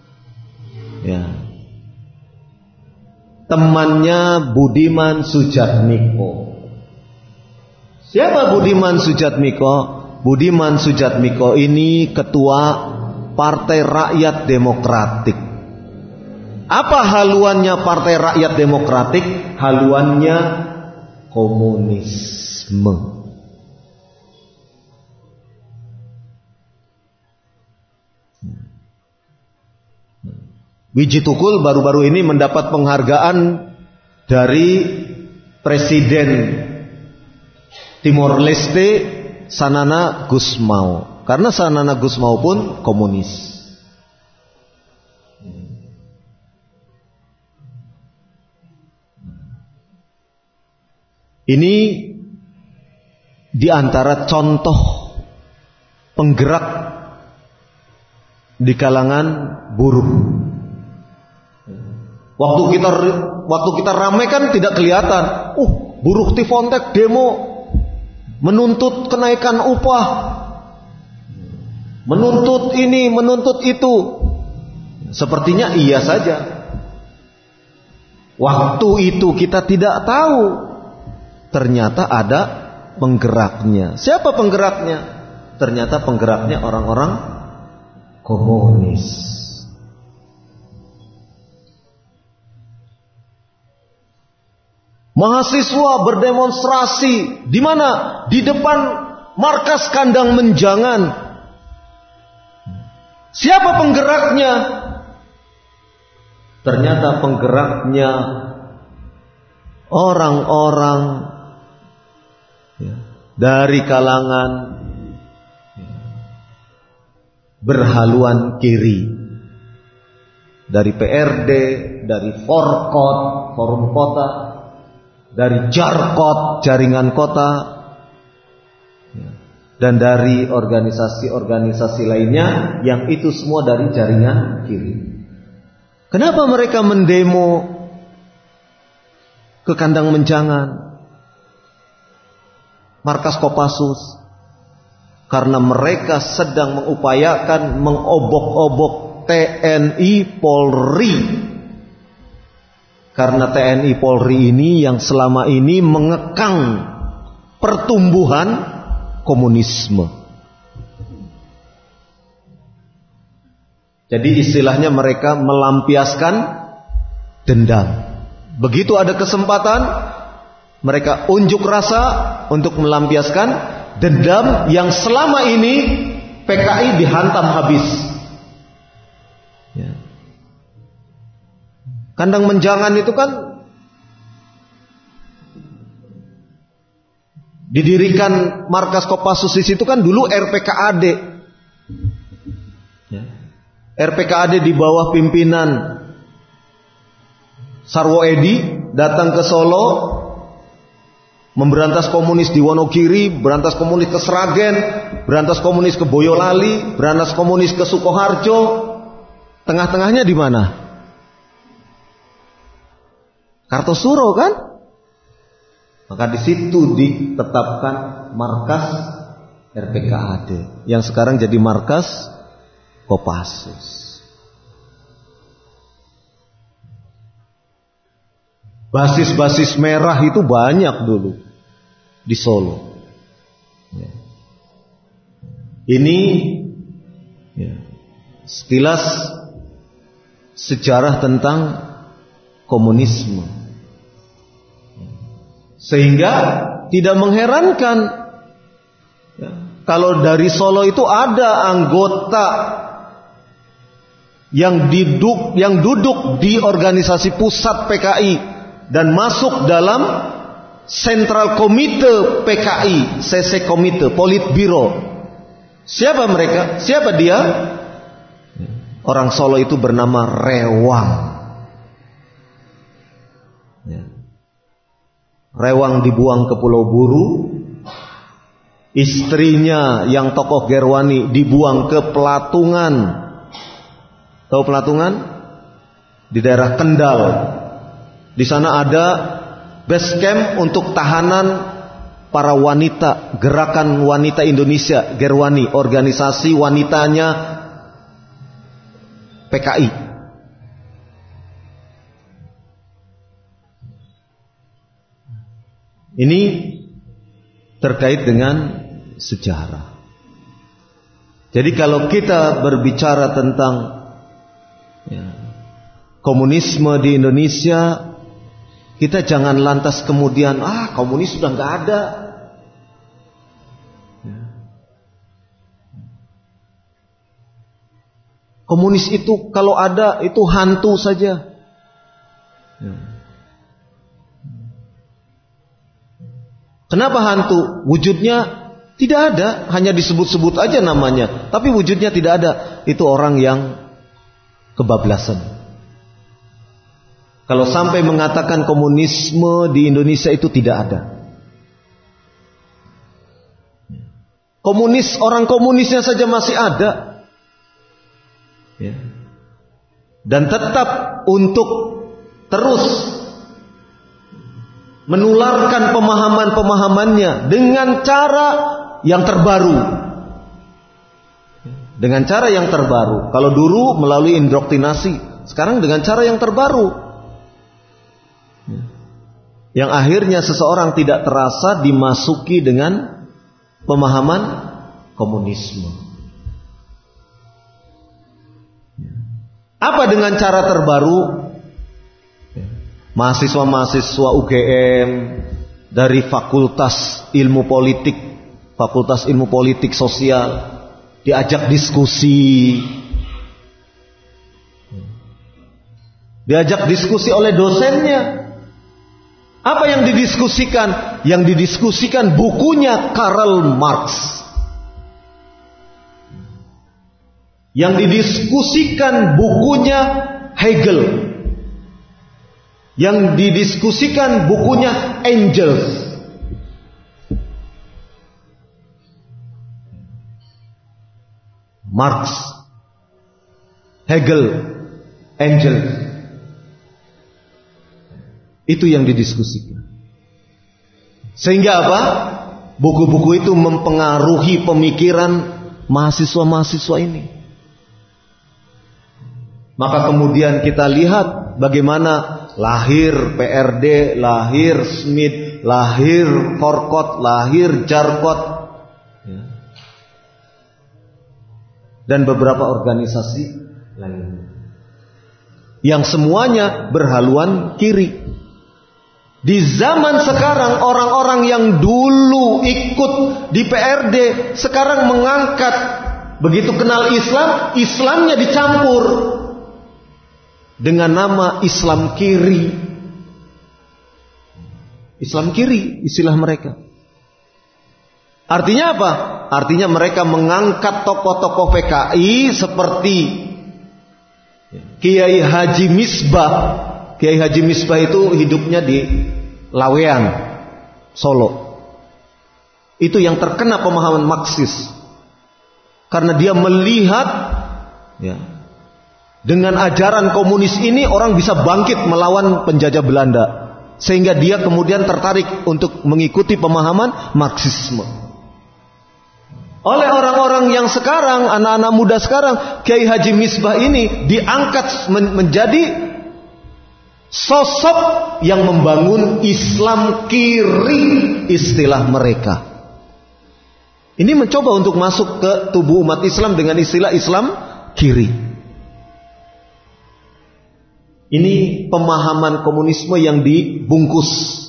temannya Budiman Sujatmiko. Siapa Budiman Sujatmiko? Budiman Sujatmiko ini ketua Partai Rakyat Demokratik. Apa haluannya Partai Rakyat Demokratik? Haluannya komunisme. Wiji Tukul baru-baru ini mendapat penghargaan dari Presiden Timor Leste Sanana Gusmao, karena Sanana Gusmao pun komunis. Ini di antara contoh penggerak di kalangan buruh. Waktu kita ramai kan tidak kelihatan. Buruh Tifontex demo menuntut kenaikan upah, menuntut ini, menuntut itu. Sepertinya iya saja. Waktu itu kita tidak tahu. Ternyata ada penggeraknya. Siapa penggeraknya? Ternyata penggeraknya orang-orang komunis. Mahasiswa berdemonstrasi di mana? Di depan markas Kandang Menjangan. Siapa penggeraknya? Ternyata penggeraknya orang-orang dari kalangan berhaluan kiri. Dari PRD, dari Forkot, Forum Kota, dari Jarkot, jaringan kota, dan dari organisasi-organisasi lainnya yang itu semua dari jaringan kiri. Kenapa mereka mendemo ke kandang menjangan markas Kopassus? Karena mereka sedang mengupayakan mengobok-obok TNI Polri. Karena TNI Polri ini yang selama ini mengekang pertumbuhan komunisme. Jadi istilahnya mereka melampiaskan dendam. Begitu ada kesempatan, mereka unjuk rasa untuk melampiaskan dendam yang selama ini PKI dihantam habis. Ya. Kandang menjangan itu kan didirikan markas Kopassus di situ kan dulu RPKAD. Ya. RPKAD di bawah pimpinan Sarwo Edi datang ke Solo, memberantas komunis di Wonogiri, berantas komunis ke Sragen, berantas komunis ke Boyolali, berantas komunis ke Sukoharjo. Tengah-tengahnya di mana? Kartosuro kan? Maka di situ ditetapkan markas RPKAD yang sekarang jadi markas Kopassus. Basis-basis merah itu banyak dulu di Solo. Ya. Ini ya, sekilas sejarah tentang komunisme. Sehingga tidak mengherankan ya, kalau dari Solo itu ada anggota yang duduk di organisasi pusat PKI dan masuk dalam Sentral Komite PKI, CC Komite, Politbiro. Siapa mereka? Siapa dia? Orang Solo itu bernama Rewang. Rewang dibuang ke Pulau Buru. Istrinya yang tokoh Gerwani dibuang ke Pelatungan. Tahu Pelatungan? Di daerah Kendal. Di sana ada base camp untuk tahanan para wanita, Gerakan Wanita Indonesia, Gerwani, organisasi wanitanya PKI. Ini terkait dengan sejarah. Jadi kalau kita berbicara tentang ya, komunisme di Indonesia, kita jangan lantas kemudian komunis sudah nggak ada. Komunis itu kalau ada itu hantu saja. Kenapa hantu? Wujudnya tidak ada, hanya disebut-sebut aja namanya, tapi wujudnya tidak ada. Itu orang yang kebablasan. Kalau sampai mengatakan komunisme di Indonesia itu tidak ada. Orang komunisnya saja masih ada. Ya. Dan tetap untuk terus menularkan pemahaman-pemahamannya dengan cara yang terbaru. Dengan cara yang terbaru. Kalau dulu melalui indoktrinasi, sekarang dengan cara yang terbaru. Yang akhirnya seseorang tidak terasa dimasuki dengan pemahaman komunisme. Apa dengan cara terbaru? Mahasiswa-mahasiswa UGM dari Fakultas Ilmu Politik Sosial diajak diskusi. Diajak diskusi oleh dosennya. Apa yang didiskusikan? Yang didiskusikan bukunya Karl Marx. Yang didiskusikan bukunya Hegel. Yang didiskusikan bukunya Engels. Marx, Hegel, Engels. Itu yang didiskusikan. Sehingga apa? Buku-buku itu mempengaruhi pemikiran mahasiswa-mahasiswa ini. Maka kemudian kita lihat bagaimana lahir PRD, lahir Smith, lahir Forkot, lahir Jarkot, dan beberapa organisasi lainnya yang semuanya berhaluan kiri. Di zaman sekarang orang-orang yang dulu ikut di PRD sekarang mengangkat, begitu kenal Islam, Islamnya dicampur dengan nama Islam kiri. Islam kiri istilah mereka. Artinya apa? Artinya mereka mengangkat tokoh-tokoh PKI seperti Kiai Haji Misbah. Kiai Haji Misbah itu hidupnya di Lawean, Solo. Itu yang terkena pemahaman Marxis. Karena dia melihat dengan ajaran komunis ini orang bisa bangkit melawan penjajah Belanda. Sehingga dia kemudian tertarik untuk mengikuti pemahaman Marxisme. Oleh orang-orang yang sekarang, anak-anak muda sekarang, Kiai Haji Misbah ini diangkat menjadi sosok yang membangun Islam kiri, istilah mereka. Ini mencoba untuk masuk ke tubuh umat Islam dengan istilah Islam kiri. Ini pemahaman komunisme yang dibungkus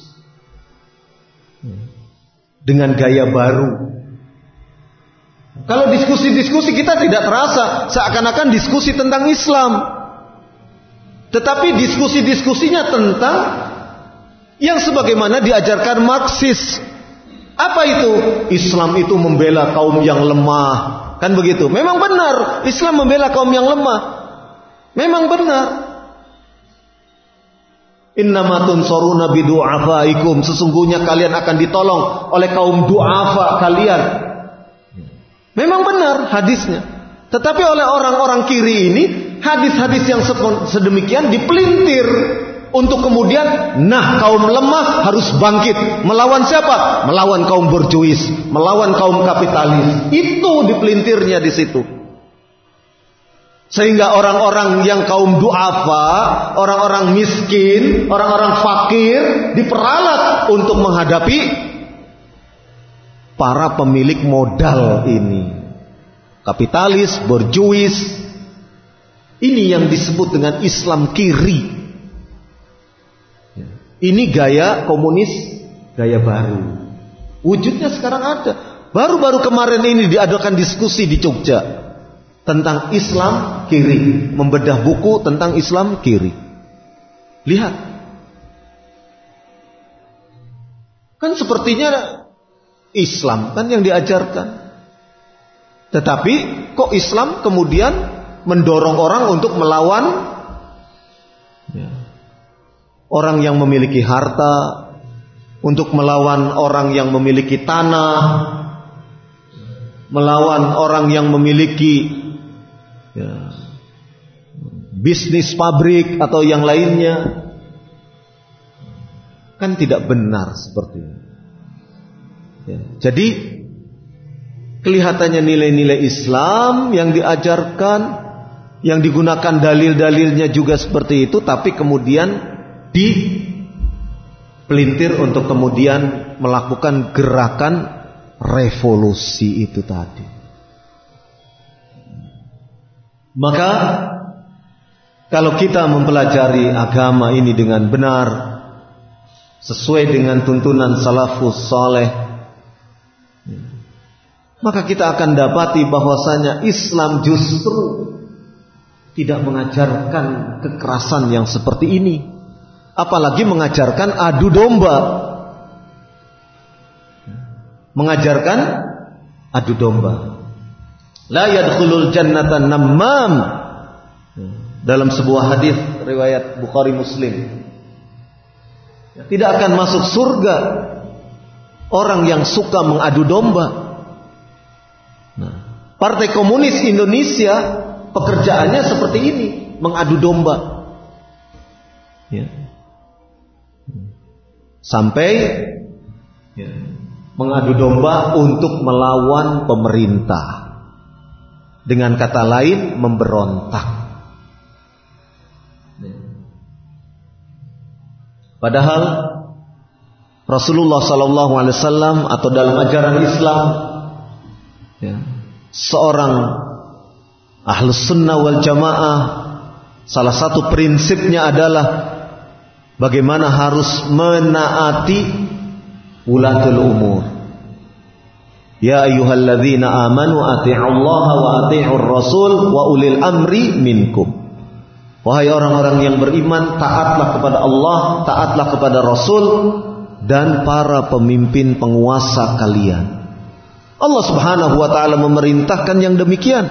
dengan gaya baru. Kalau diskusi-diskusi kita tidak terasa seakan-akan diskusi tentang Islam. Tetapi diskusi-diskusinya tentang yang sebagaimana diajarkan Marxis. Apa itu? Islam itu membela kaum yang lemah. Kan begitu? Memang benar, Islam membela kaum yang lemah. Memang benar. Innama tunsuruna bidu'afaikum. Sesungguhnya kalian akan ditolong oleh kaum du'afa kalian. Memang benar hadisnya. Tetapi oleh orang-orang kiri ini, hadis-hadis yang sedemikian dipelintir untuk kemudian, kaum lemah harus bangkit. Melawan siapa? Melawan kaum borjuis, melawan kaum kapitalis. Itu dipelintirnya di situ. Sehingga orang-orang yang kaum du'afa, orang-orang miskin, orang-orang fakir diperalat untuk menghadapi para pemilik modal ini. Kapitalis, borjuis. Ini yang disebut dengan Islam kiri. Ini gaya komunis, gaya baru. Wujudnya sekarang ada. Baru-baru kemarin ini diadakan diskusi di Jogja tentang Islam kiri, membedah buku tentang Islam kiri. Lihat. Kan sepertinya Islam kan yang diajarkan. Tetapi kok Islam kemudian mendorong orang untuk melawan orang yang memiliki harta, untuk melawan orang yang memiliki tanah, melawan orang yang memiliki bisnis pabrik atau yang lainnya. Kan tidak benar seperti ini. Jadi kelihatannya nilai-nilai Islam yang diajarkan, yang digunakan dalil-dalilnya juga seperti itu, tapi kemudian dipelintir untuk kemudian melakukan gerakan revolusi itu tadi. Maka kalau kita mempelajari agama ini dengan benar, sesuai dengan tuntunan salafus saleh, maka kita akan dapati bahwasanya Islam justru tidak mengajarkan kekerasan yang seperti ini. Apalagi mengajarkan adu domba. Mengajarkan adu domba. La yadkhulul jannata nammam. Dalam sebuah hadis riwayat Bukhari Muslim, tidak akan masuk surga orang yang suka mengadu domba. Nah, Partai Komunis Indonesia pekerjaannya seperti ini, mengadu domba. Ya. Sampai mengadu domba untuk melawan pemerintah. Dengan kata lain, memberontak. Padahal Rasulullah SAW atau dalam ajaran Islam, seorang Ahlus Sunnah wal Jamaah, salah satu prinsipnya adalah bagaimana harus menaati ulatul umur. Ya ayyuhalladzina amanu ati'ullaha wa ati'ur rasul wa ulil amri minkum. Wahai orang-orang yang beriman, taatlah kepada Allah, taatlah kepada Rasul dan para pemimpin penguasa kalian. Allah Subhanahu wa taala memerintahkan yang demikian.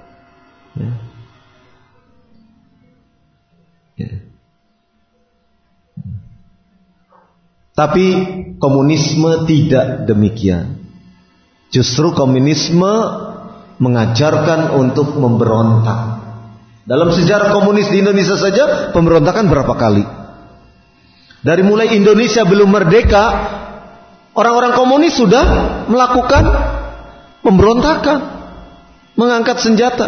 Tapi komunisme tidak demikian. Justru komunisme mengajarkan untuk memberontak. Dalam sejarah komunis di Indonesia saja pemberontakan berapa kali? Dari mulai Indonesia belum merdeka, orang-orang komunis sudah melakukan pemberontakan, mengangkat senjata.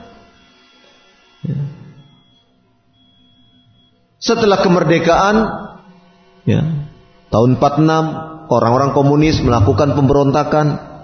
Setelah kemerdekaan, tahun 46, orang-orang komunis melakukan pemberontakan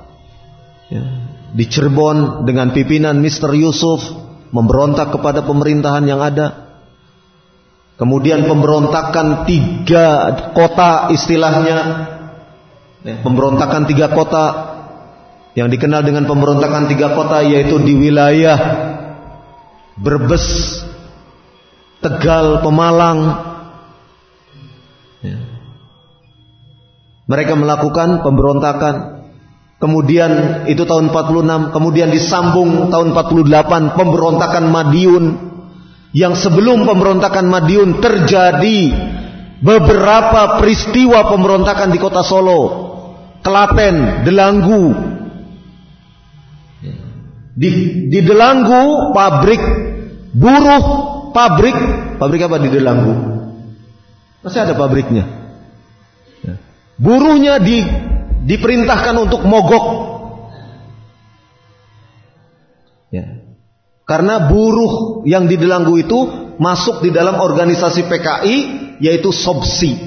di Cirebon dengan pimpinan Mr. Yusuf. Memberontak kepada pemerintahan yang ada. Kemudian pemberontakan 3 kota istilahnya. Pemberontakan 3 kota yang dikenal dengan pemberontakan 3 kota, yaitu di wilayah Brebes, Tegal, Pemalang. Mereka melakukan pemberontakan. Kemudian itu tahun 46, kemudian disambung tahun 48 pemberontakan Madiun. Yang sebelum pemberontakan Madiun terjadi beberapa peristiwa pemberontakan di kota Solo, Klaten, Delanggu. Di Delanggu pabrik buruh, pabrik apa di Delanggu? Masih ada pabriknya. Buruhnya diperintahkan untuk mogok. Karena buruh yang di Delanggu itu masuk di dalam organisasi PKI, yaitu SOBSI.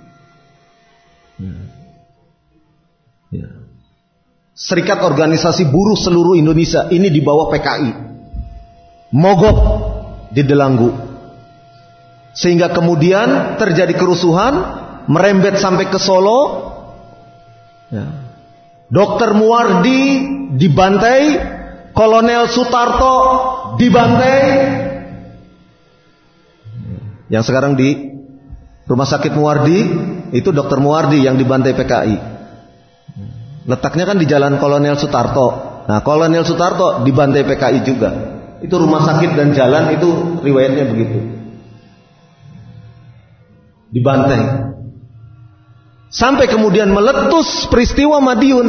Serikat Organisasi Buruh Seluruh Indonesia, ini di bawah PKI. Mogok di Delanggu. Sehingga kemudian terjadi kerusuhan, merembet sampai ke Solo. Dr. Muwardi dibantai, Kolonel Sutarto dibantai. Yang sekarang di Rumah Sakit Muwardi, itu Dr. Muwardi yang dibantai PKI. Letaknya kan di Jalan Kolonel Sutarto. Nah, Kolonel Sutarto dibantai PKI juga. Itu rumah sakit dan jalan itu riwayatnya begitu. Dibantai. Sampai kemudian meletus peristiwa Madiun.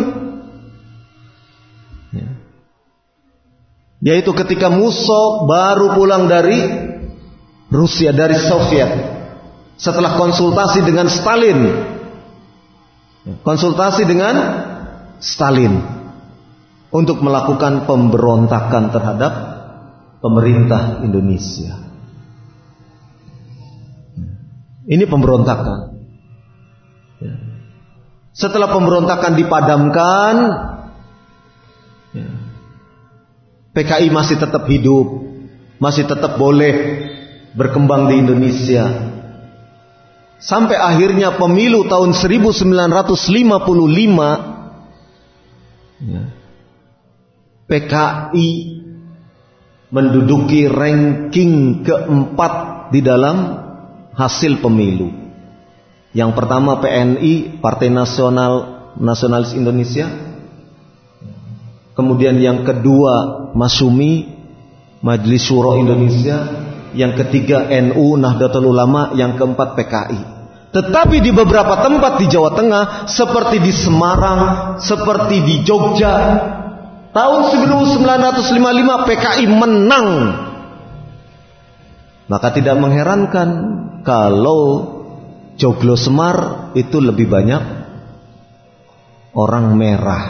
Yaitu ketika Musso baru pulang dari Rusia, dari Soviet. Setelah konsultasi dengan Stalin. Konsultasi dengan Stalin. Untuk melakukan pemberontakan terhadap pemerintah Indonesia. Ini pemberontakan. Setelah pemberontakan dipadamkan, PKI masih tetap hidup, masih tetap boleh berkembang di Indonesia. Sampai akhirnya pemilu tahun 1955, PKI menduduki ranking keempat di dalam hasil pemilu. Yang pertama PNI, Partai Nasionalis Indonesia. kemudian yang kedua Masyumi, Majelis Syuro Indonesia, yang ketiga NU Nahdlatul Ulama, yang keempat PKI. Tetapi di beberapa tempat di Jawa Tengah, seperti di Semarang, seperti di Jogja, tahun 1955 PKI menang. Maka tidak mengherankan kalau Joglo Semar itu lebih banyak orang merah.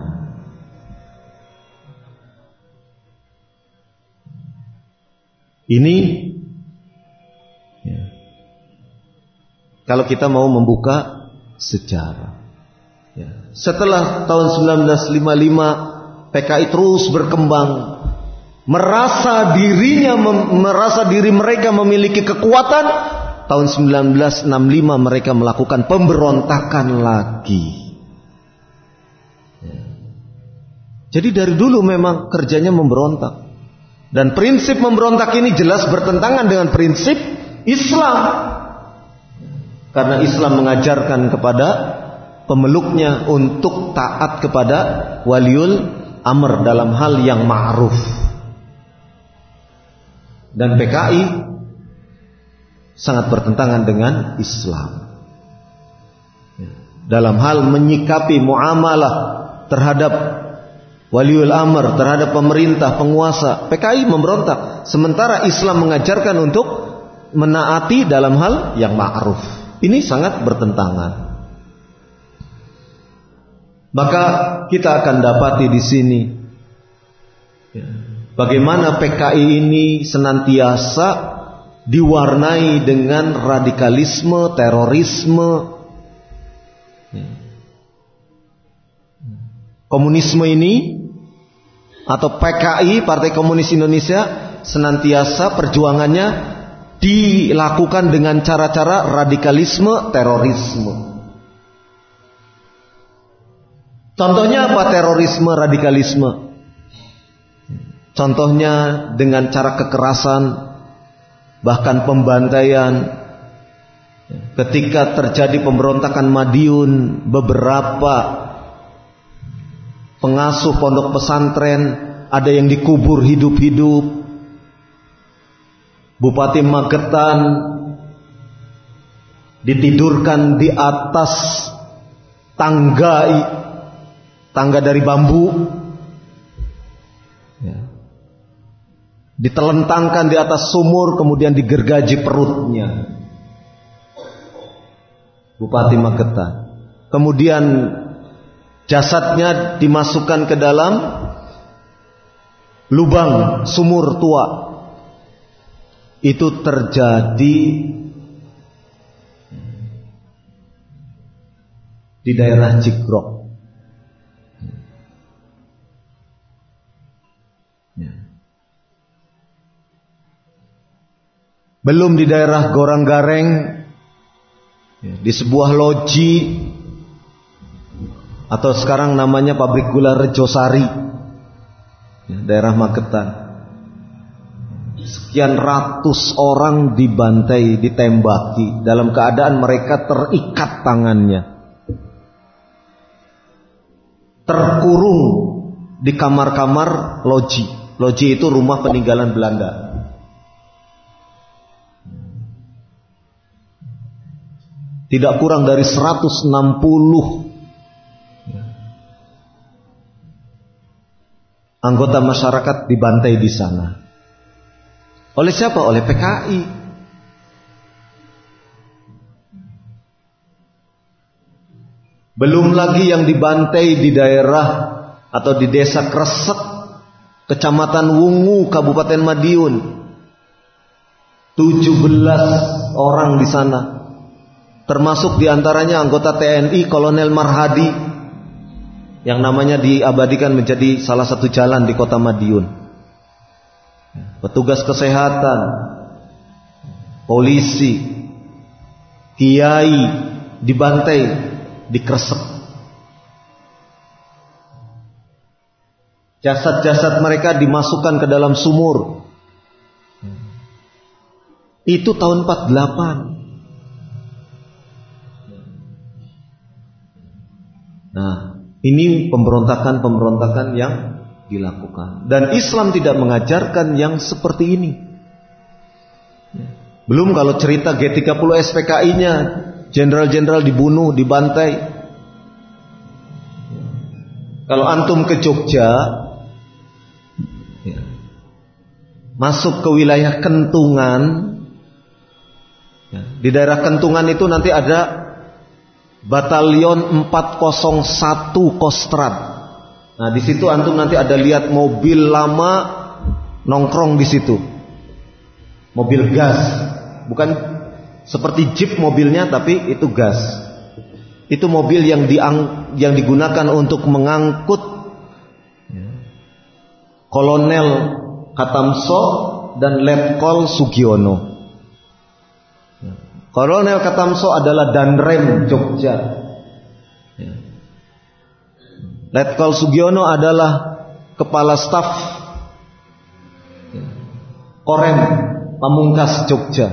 Ini ya, kalau kita mau membuka sejarah ya. Setelah tahun 1955 PKI terus berkembang, merasa diri mereka memiliki kekuatan. Tahun 1965 mereka melakukan pemberontakan lagi ya. Jadi dari dulu memang kerjanya memberontak. Dan prinsip memberontak ini jelas bertentangan dengan prinsip Islam. Karena Islam mengajarkan kepada pemeluknya untuk taat kepada waliul amr dalam hal yang ma'ruf. Dan PKI sangat bertentangan dengan Islam dalam hal menyikapi muamalah terhadap waliul amr, terhadap pemerintah, penguasa. PKI memberontak, sementara Islam mengajarkan untuk menaati dalam hal yang ma'ruf. Ini sangat bertentangan. Maka kita akan dapati di sini bagaimana PKI ini senantiasa diwarnai dengan radikalisme, terorisme. Komunisme ini atau PKI, Partai Komunis Indonesia, senantiasa perjuangannya dilakukan dengan cara-cara radikalisme, terorisme. Contohnya apa terorisme, radikalisme? Contohnya dengan cara kekerasan, bahkan pembantaian. Ketika terjadi pemberontakan Madiun, beberapa pengasuh pondok pesantren ada yang dikubur hidup-hidup. Bupati Magetan ditidurkan di atas tangga dari bambu, ditelentangkan di atas sumur, kemudian digergaji perutnya. Bupati Magetan. Kemudian jasadnya dimasukkan ke dalam lubang sumur tua. Itu terjadi di daerah Cigrok. Belum di daerah Goranggareng, di sebuah loji atau sekarang namanya pabrik gula Rejosari, daerah Magetan. Sekian ratus orang dibantai, ditembaki dalam keadaan mereka terikat tangannya, terkurung di kamar-kamar loji. Loji itu rumah peninggalan Belanda. Tidak kurang dari 160 anggota masyarakat dibantai di sana. Oleh siapa? Oleh PKI. Belum lagi yang dibantai di daerah atau di desa Kresek, Kecamatan Wungu, Kabupaten Madiun. 17 orang di sana. Termasuk diantaranya anggota TNI Kolonel Marhadi, yang namanya diabadikan menjadi salah satu jalan di kota Madiun. Petugas kesehatan, polisi, kiai dibantai di Kresek. Jasad-jasad mereka dimasukkan ke dalam sumur. Itu tahun 48. Nah, ini pemberontakan yang dilakukan. Dan Islam tidak mengajarkan yang seperti ini. Belum kalau cerita G30 SPKI-nya, jenderal-jenderal dibunuh, dibantai. Kalau antum ke Jogja, masuk ke wilayah Kentungan, di daerah Kentungan itu nanti ada Batalion 401 Kostrad. Nah, di situ antum nanti ada lihat mobil lama nongkrong di situ. Mobil gas, bukan seperti jeep mobilnya, tapi itu gas. Itu mobil yang digunakan untuk mengangkut Kolonel Katamso dan Letkol Sugiono. Kolonel Katamso adalah Danrem Jogja. Letkol Sugiono adalah kepala staf Korem Pamungkas Jogja.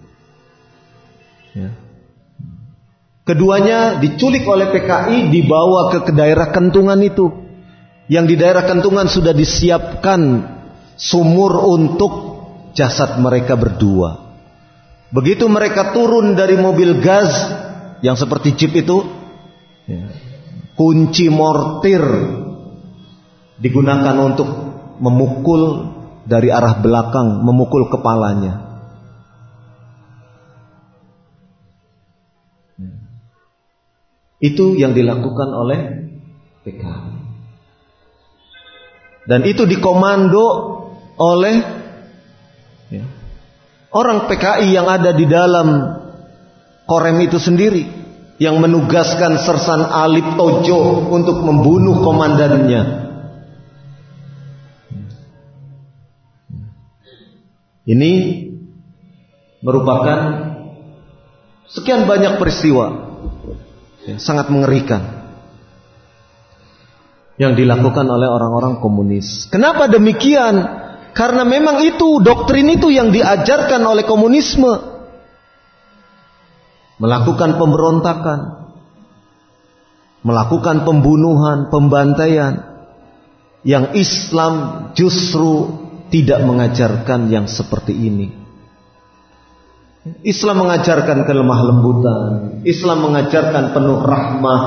Keduanya diculik oleh PKI, dibawa ke daerah Kentungan itu. Yang di daerah Kentungan sudah disiapkan sumur untuk jasad mereka berdua. Begitu mereka turun dari mobil gas yang seperti jeep itu, kunci mortir digunakan untuk memukul dari arah belakang, memukul kepalanya. Itu yang dilakukan oleh PKI. Dan itu dikomando oleh orang PKI yang ada di dalam Korem itu sendiri, yang menugaskan Sersan Alip Tojo untuk membunuh komandannya. Ini merupakan sekian banyak peristiwa sangat mengerikan yang dilakukan oleh orang-orang komunis. Kenapa demikian? Karena memang itu, doktrin itu yang diajarkan oleh komunisme. Melakukan pemberontakan, melakukan pembunuhan, pembantaian. Yang Islam justru tidak mengajarkan yang seperti ini. Islam mengajarkan kelemah lembutan, Islam mengajarkan penuh rahmah,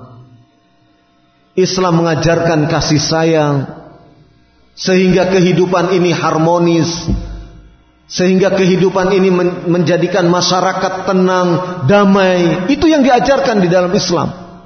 Islam mengajarkan kasih sayang, sehingga kehidupan ini harmonis, sehingga kehidupan ini menjadikan masyarakat tenang, damai. Itu yang diajarkan di dalam Islam.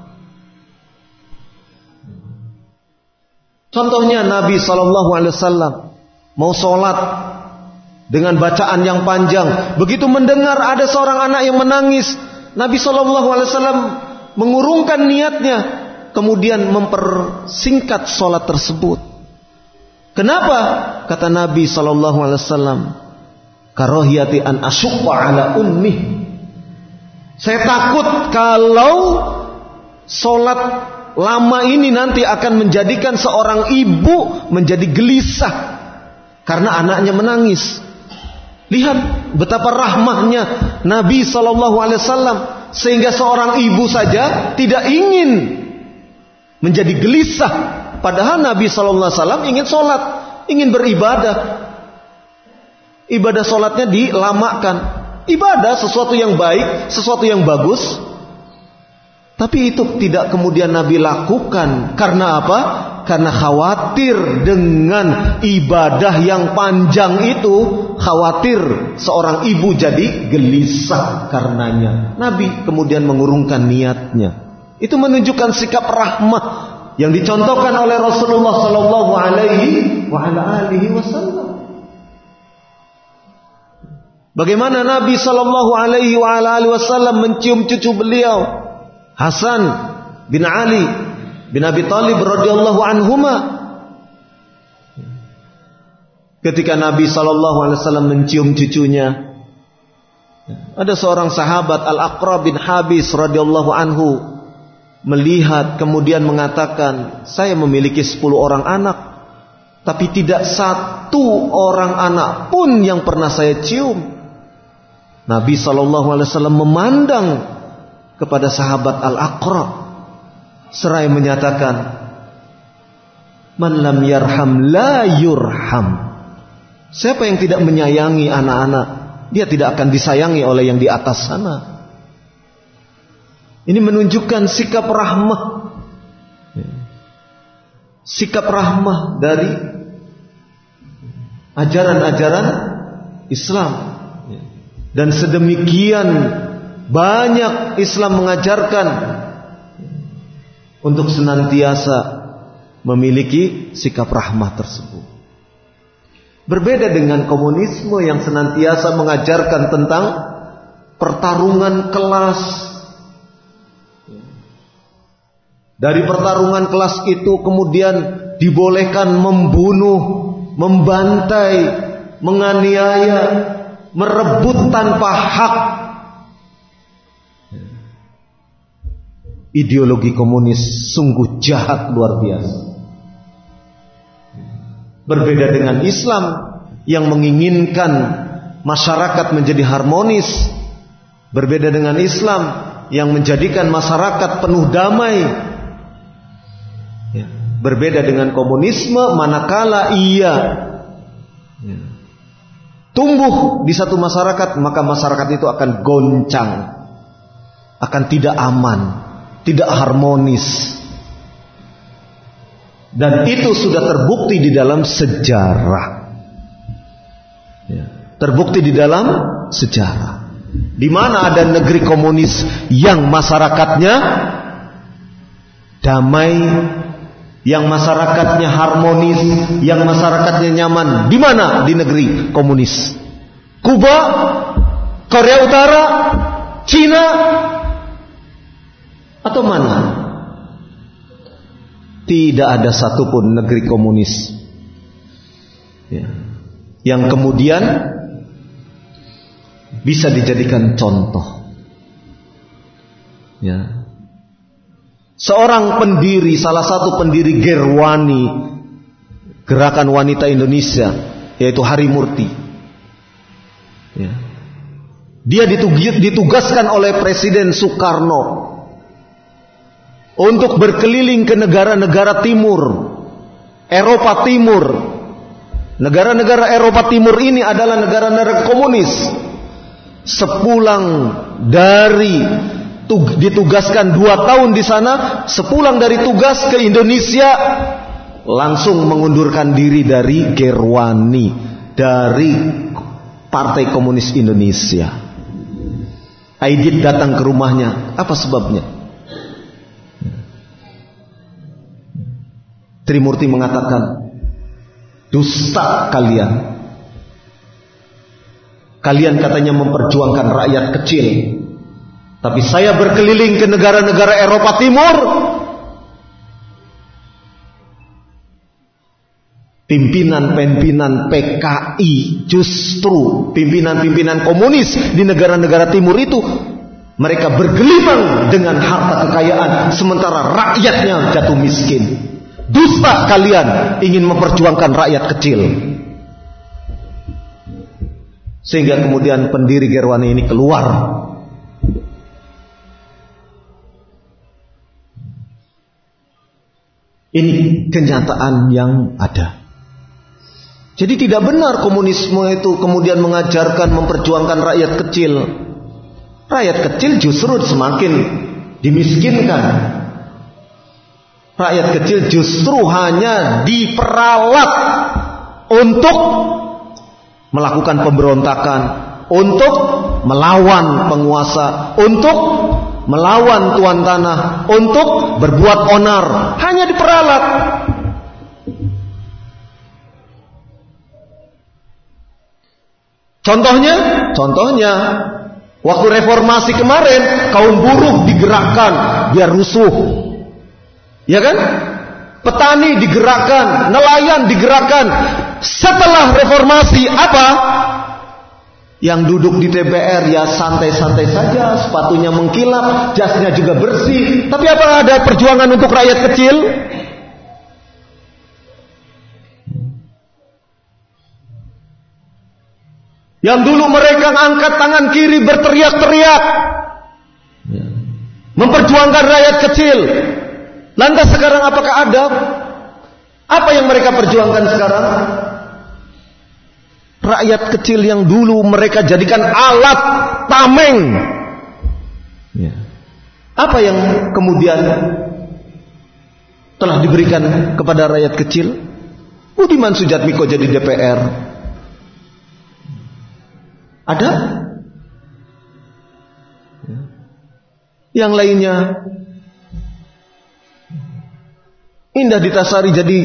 Contohnya Nabi SAW mau sholat dengan bacaan yang panjang. Begitu mendengar ada seorang anak yang menangis, Nabi SAW mengurungkan niatnya, kemudian mempersingkat sholat tersebut. Kenapa? Kata Nabi SAW, karohiyati an asyukwa ala ummi. Saya takut kalau sholat lama ini nanti akan menjadikan seorang ibu menjadi gelisah karena anaknya menangis. Lihat betapa rahmahnya Nabi SAW, sehingga seorang ibu saja tidak ingin menjadi gelisah. Padahal Nabi SAW ingin sholat, ingin beribadah. Ibadah sholatnya dilamakan. Ibadah sesuatu yang baik, sesuatu yang bagus. Tapi itu tidak kemudian Nabi lakukan. Karena apa? Karena khawatir dengan ibadah yang panjang itu, khawatir seorang ibu jadi gelisah karenanya. Nabi kemudian mengurungkan niatnya. Itu menunjukkan sikap rahmah yang dicontohkan oleh Rasulullah sallallahu alaihi wasallam. Bagaimana Nabi sallallahu alaihi wasallam mencium cucu beliau Hasan bin Ali bin Abi Thalib radhiyallahu anhuma. Ketika Nabi sallallahu alaihi wasallam mencium cucunya, ada seorang sahabat Al-Aqra bin Habis radhiyallahu anhu melihat, kemudian mengatakan, saya memiliki 10 orang anak, tapi tidak satu orang anak pun yang pernah saya cium. Nabi SAW memandang kepada sahabat Al-Aqra seraya menyatakan, Man lam yarham la yurham. Siapa yang tidak menyayangi anak-anak, dia tidak akan disayangi oleh yang di atas sana. Ini menunjukkan sikap rahmah. Sikap rahmah dari ajaran-ajaran Islam. Dan sedemikian banyak Islam mengajarkan untuk senantiasa memiliki sikap rahmah tersebut. Berbeda dengan komunisme yang senantiasa mengajarkan tentang pertarungan kelas. Dari pertarungan kelas itu kemudian dibolehkan membunuh, membantai, menganiaya, merebut tanpa hak. Ideologi komunis sungguh jahat luar biasa. Berbeda dengan Islam yang menginginkan masyarakat menjadi harmonis. Berbeda dengan Islam yang menjadikan masyarakat penuh damai. Berbeda dengan komunisme, manakala ia tumbuh di satu masyarakat, maka masyarakat itu akan goncang, akan tidak aman, tidak harmonis. Dan itu sudah terbukti di dalam sejarah. Terbukti di dalam sejarah. Di mana ada negeri komunis yang masyarakatnya damai, yang masyarakatnya harmonis, yang masyarakatnya nyaman? Di mana di negeri komunis? Kuba, Korea Utara, Cina, atau mana? Tidak ada satupun negeri komunis yang kemudian bisa dijadikan contoh. Seorang pendiri, salah satu pendiri Gerwani, Gerakan Wanita Indonesia, yaitu Harimurti. Dia ditugaskan oleh Presiden Soekarno untuk berkeliling ke negara-negara timur, Eropa Timur. Negara-negara Eropa Timur ini adalah negara-negara komunis. Sepulang dari ditugaskan 2 tahun di sana, sepulang dari tugas ke Indonesia, langsung mengundurkan diri dari Gerwani, dari Partai Komunis Indonesia. Aidit datang ke rumahnya. Apa sebabnya? Trimurti mengatakan, dusta kalian. Kalian katanya memperjuangkan rakyat kecil, tapi saya berkeliling ke negara-negara Eropa Timur. Pimpinan-pimpinan PKI, justru pimpinan-pimpinan komunis di negara-negara timur itu, mereka bergelimang dengan harta kekayaan, sementara rakyatnya jatuh miskin. Dusta kalian ingin memperjuangkan rakyat kecil. Sehingga kemudian pendiri Gerwani ini keluar. Ini kenyataan yang ada. Jadi tidak benar komunisme itu kemudian mengajarkan memperjuangkan rakyat kecil. Rakyat kecil justru semakin dimiskinkan. Rakyat kecil justru hanya diperalat untuk melakukan pemberontakan, untuk melawan penguasa, untuk melawan tuan tanah, untuk berbuat onar. Hanya diperalat. Contohnya waktu reformasi kemarin, kaum buruh digerakkan biar rusuh. Ya kan? Petani digerakkan, nelayan digerakkan. Setelah reformasi apa? Yang duduk di DPR ya santai-santai saja, sepatunya mengkilap, jasnya juga bersih. Tapi apa ada perjuangan untuk rakyat kecil? Yang dulu mereka angkat tangan kiri berteriak-teriak, memperjuangkan rakyat kecil. Lantas sekarang apakah ada Apa yang mereka perjuangkan sekarang? Rakyat kecil yang dulu mereka jadikan alat tameng. Ya. Apa yang kemudian telah diberikan kepada rakyat kecil? Budiman Sujatmiko jadi DPR. Ada? Yang lainnya, Indah Ditasari jadi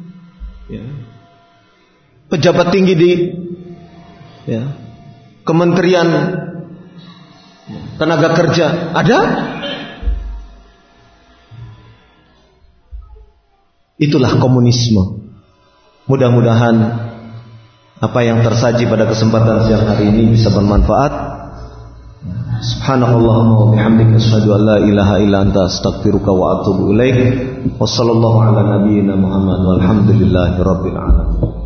pejabat tinggi di Kementerian Tenaga Kerja. Ada? Itulah komunisme. Mudah-mudahan apa yang tersaji pada kesempatan siang hari ini bisa bermanfaat. Subhanakallahumma wa bihamdika asyhadu an la ilaha illa anta astaghfiruka wa atubu ilaik. Wassallallahu ala nabiyyina Muhammad walhamdulillahi rabbil alamin.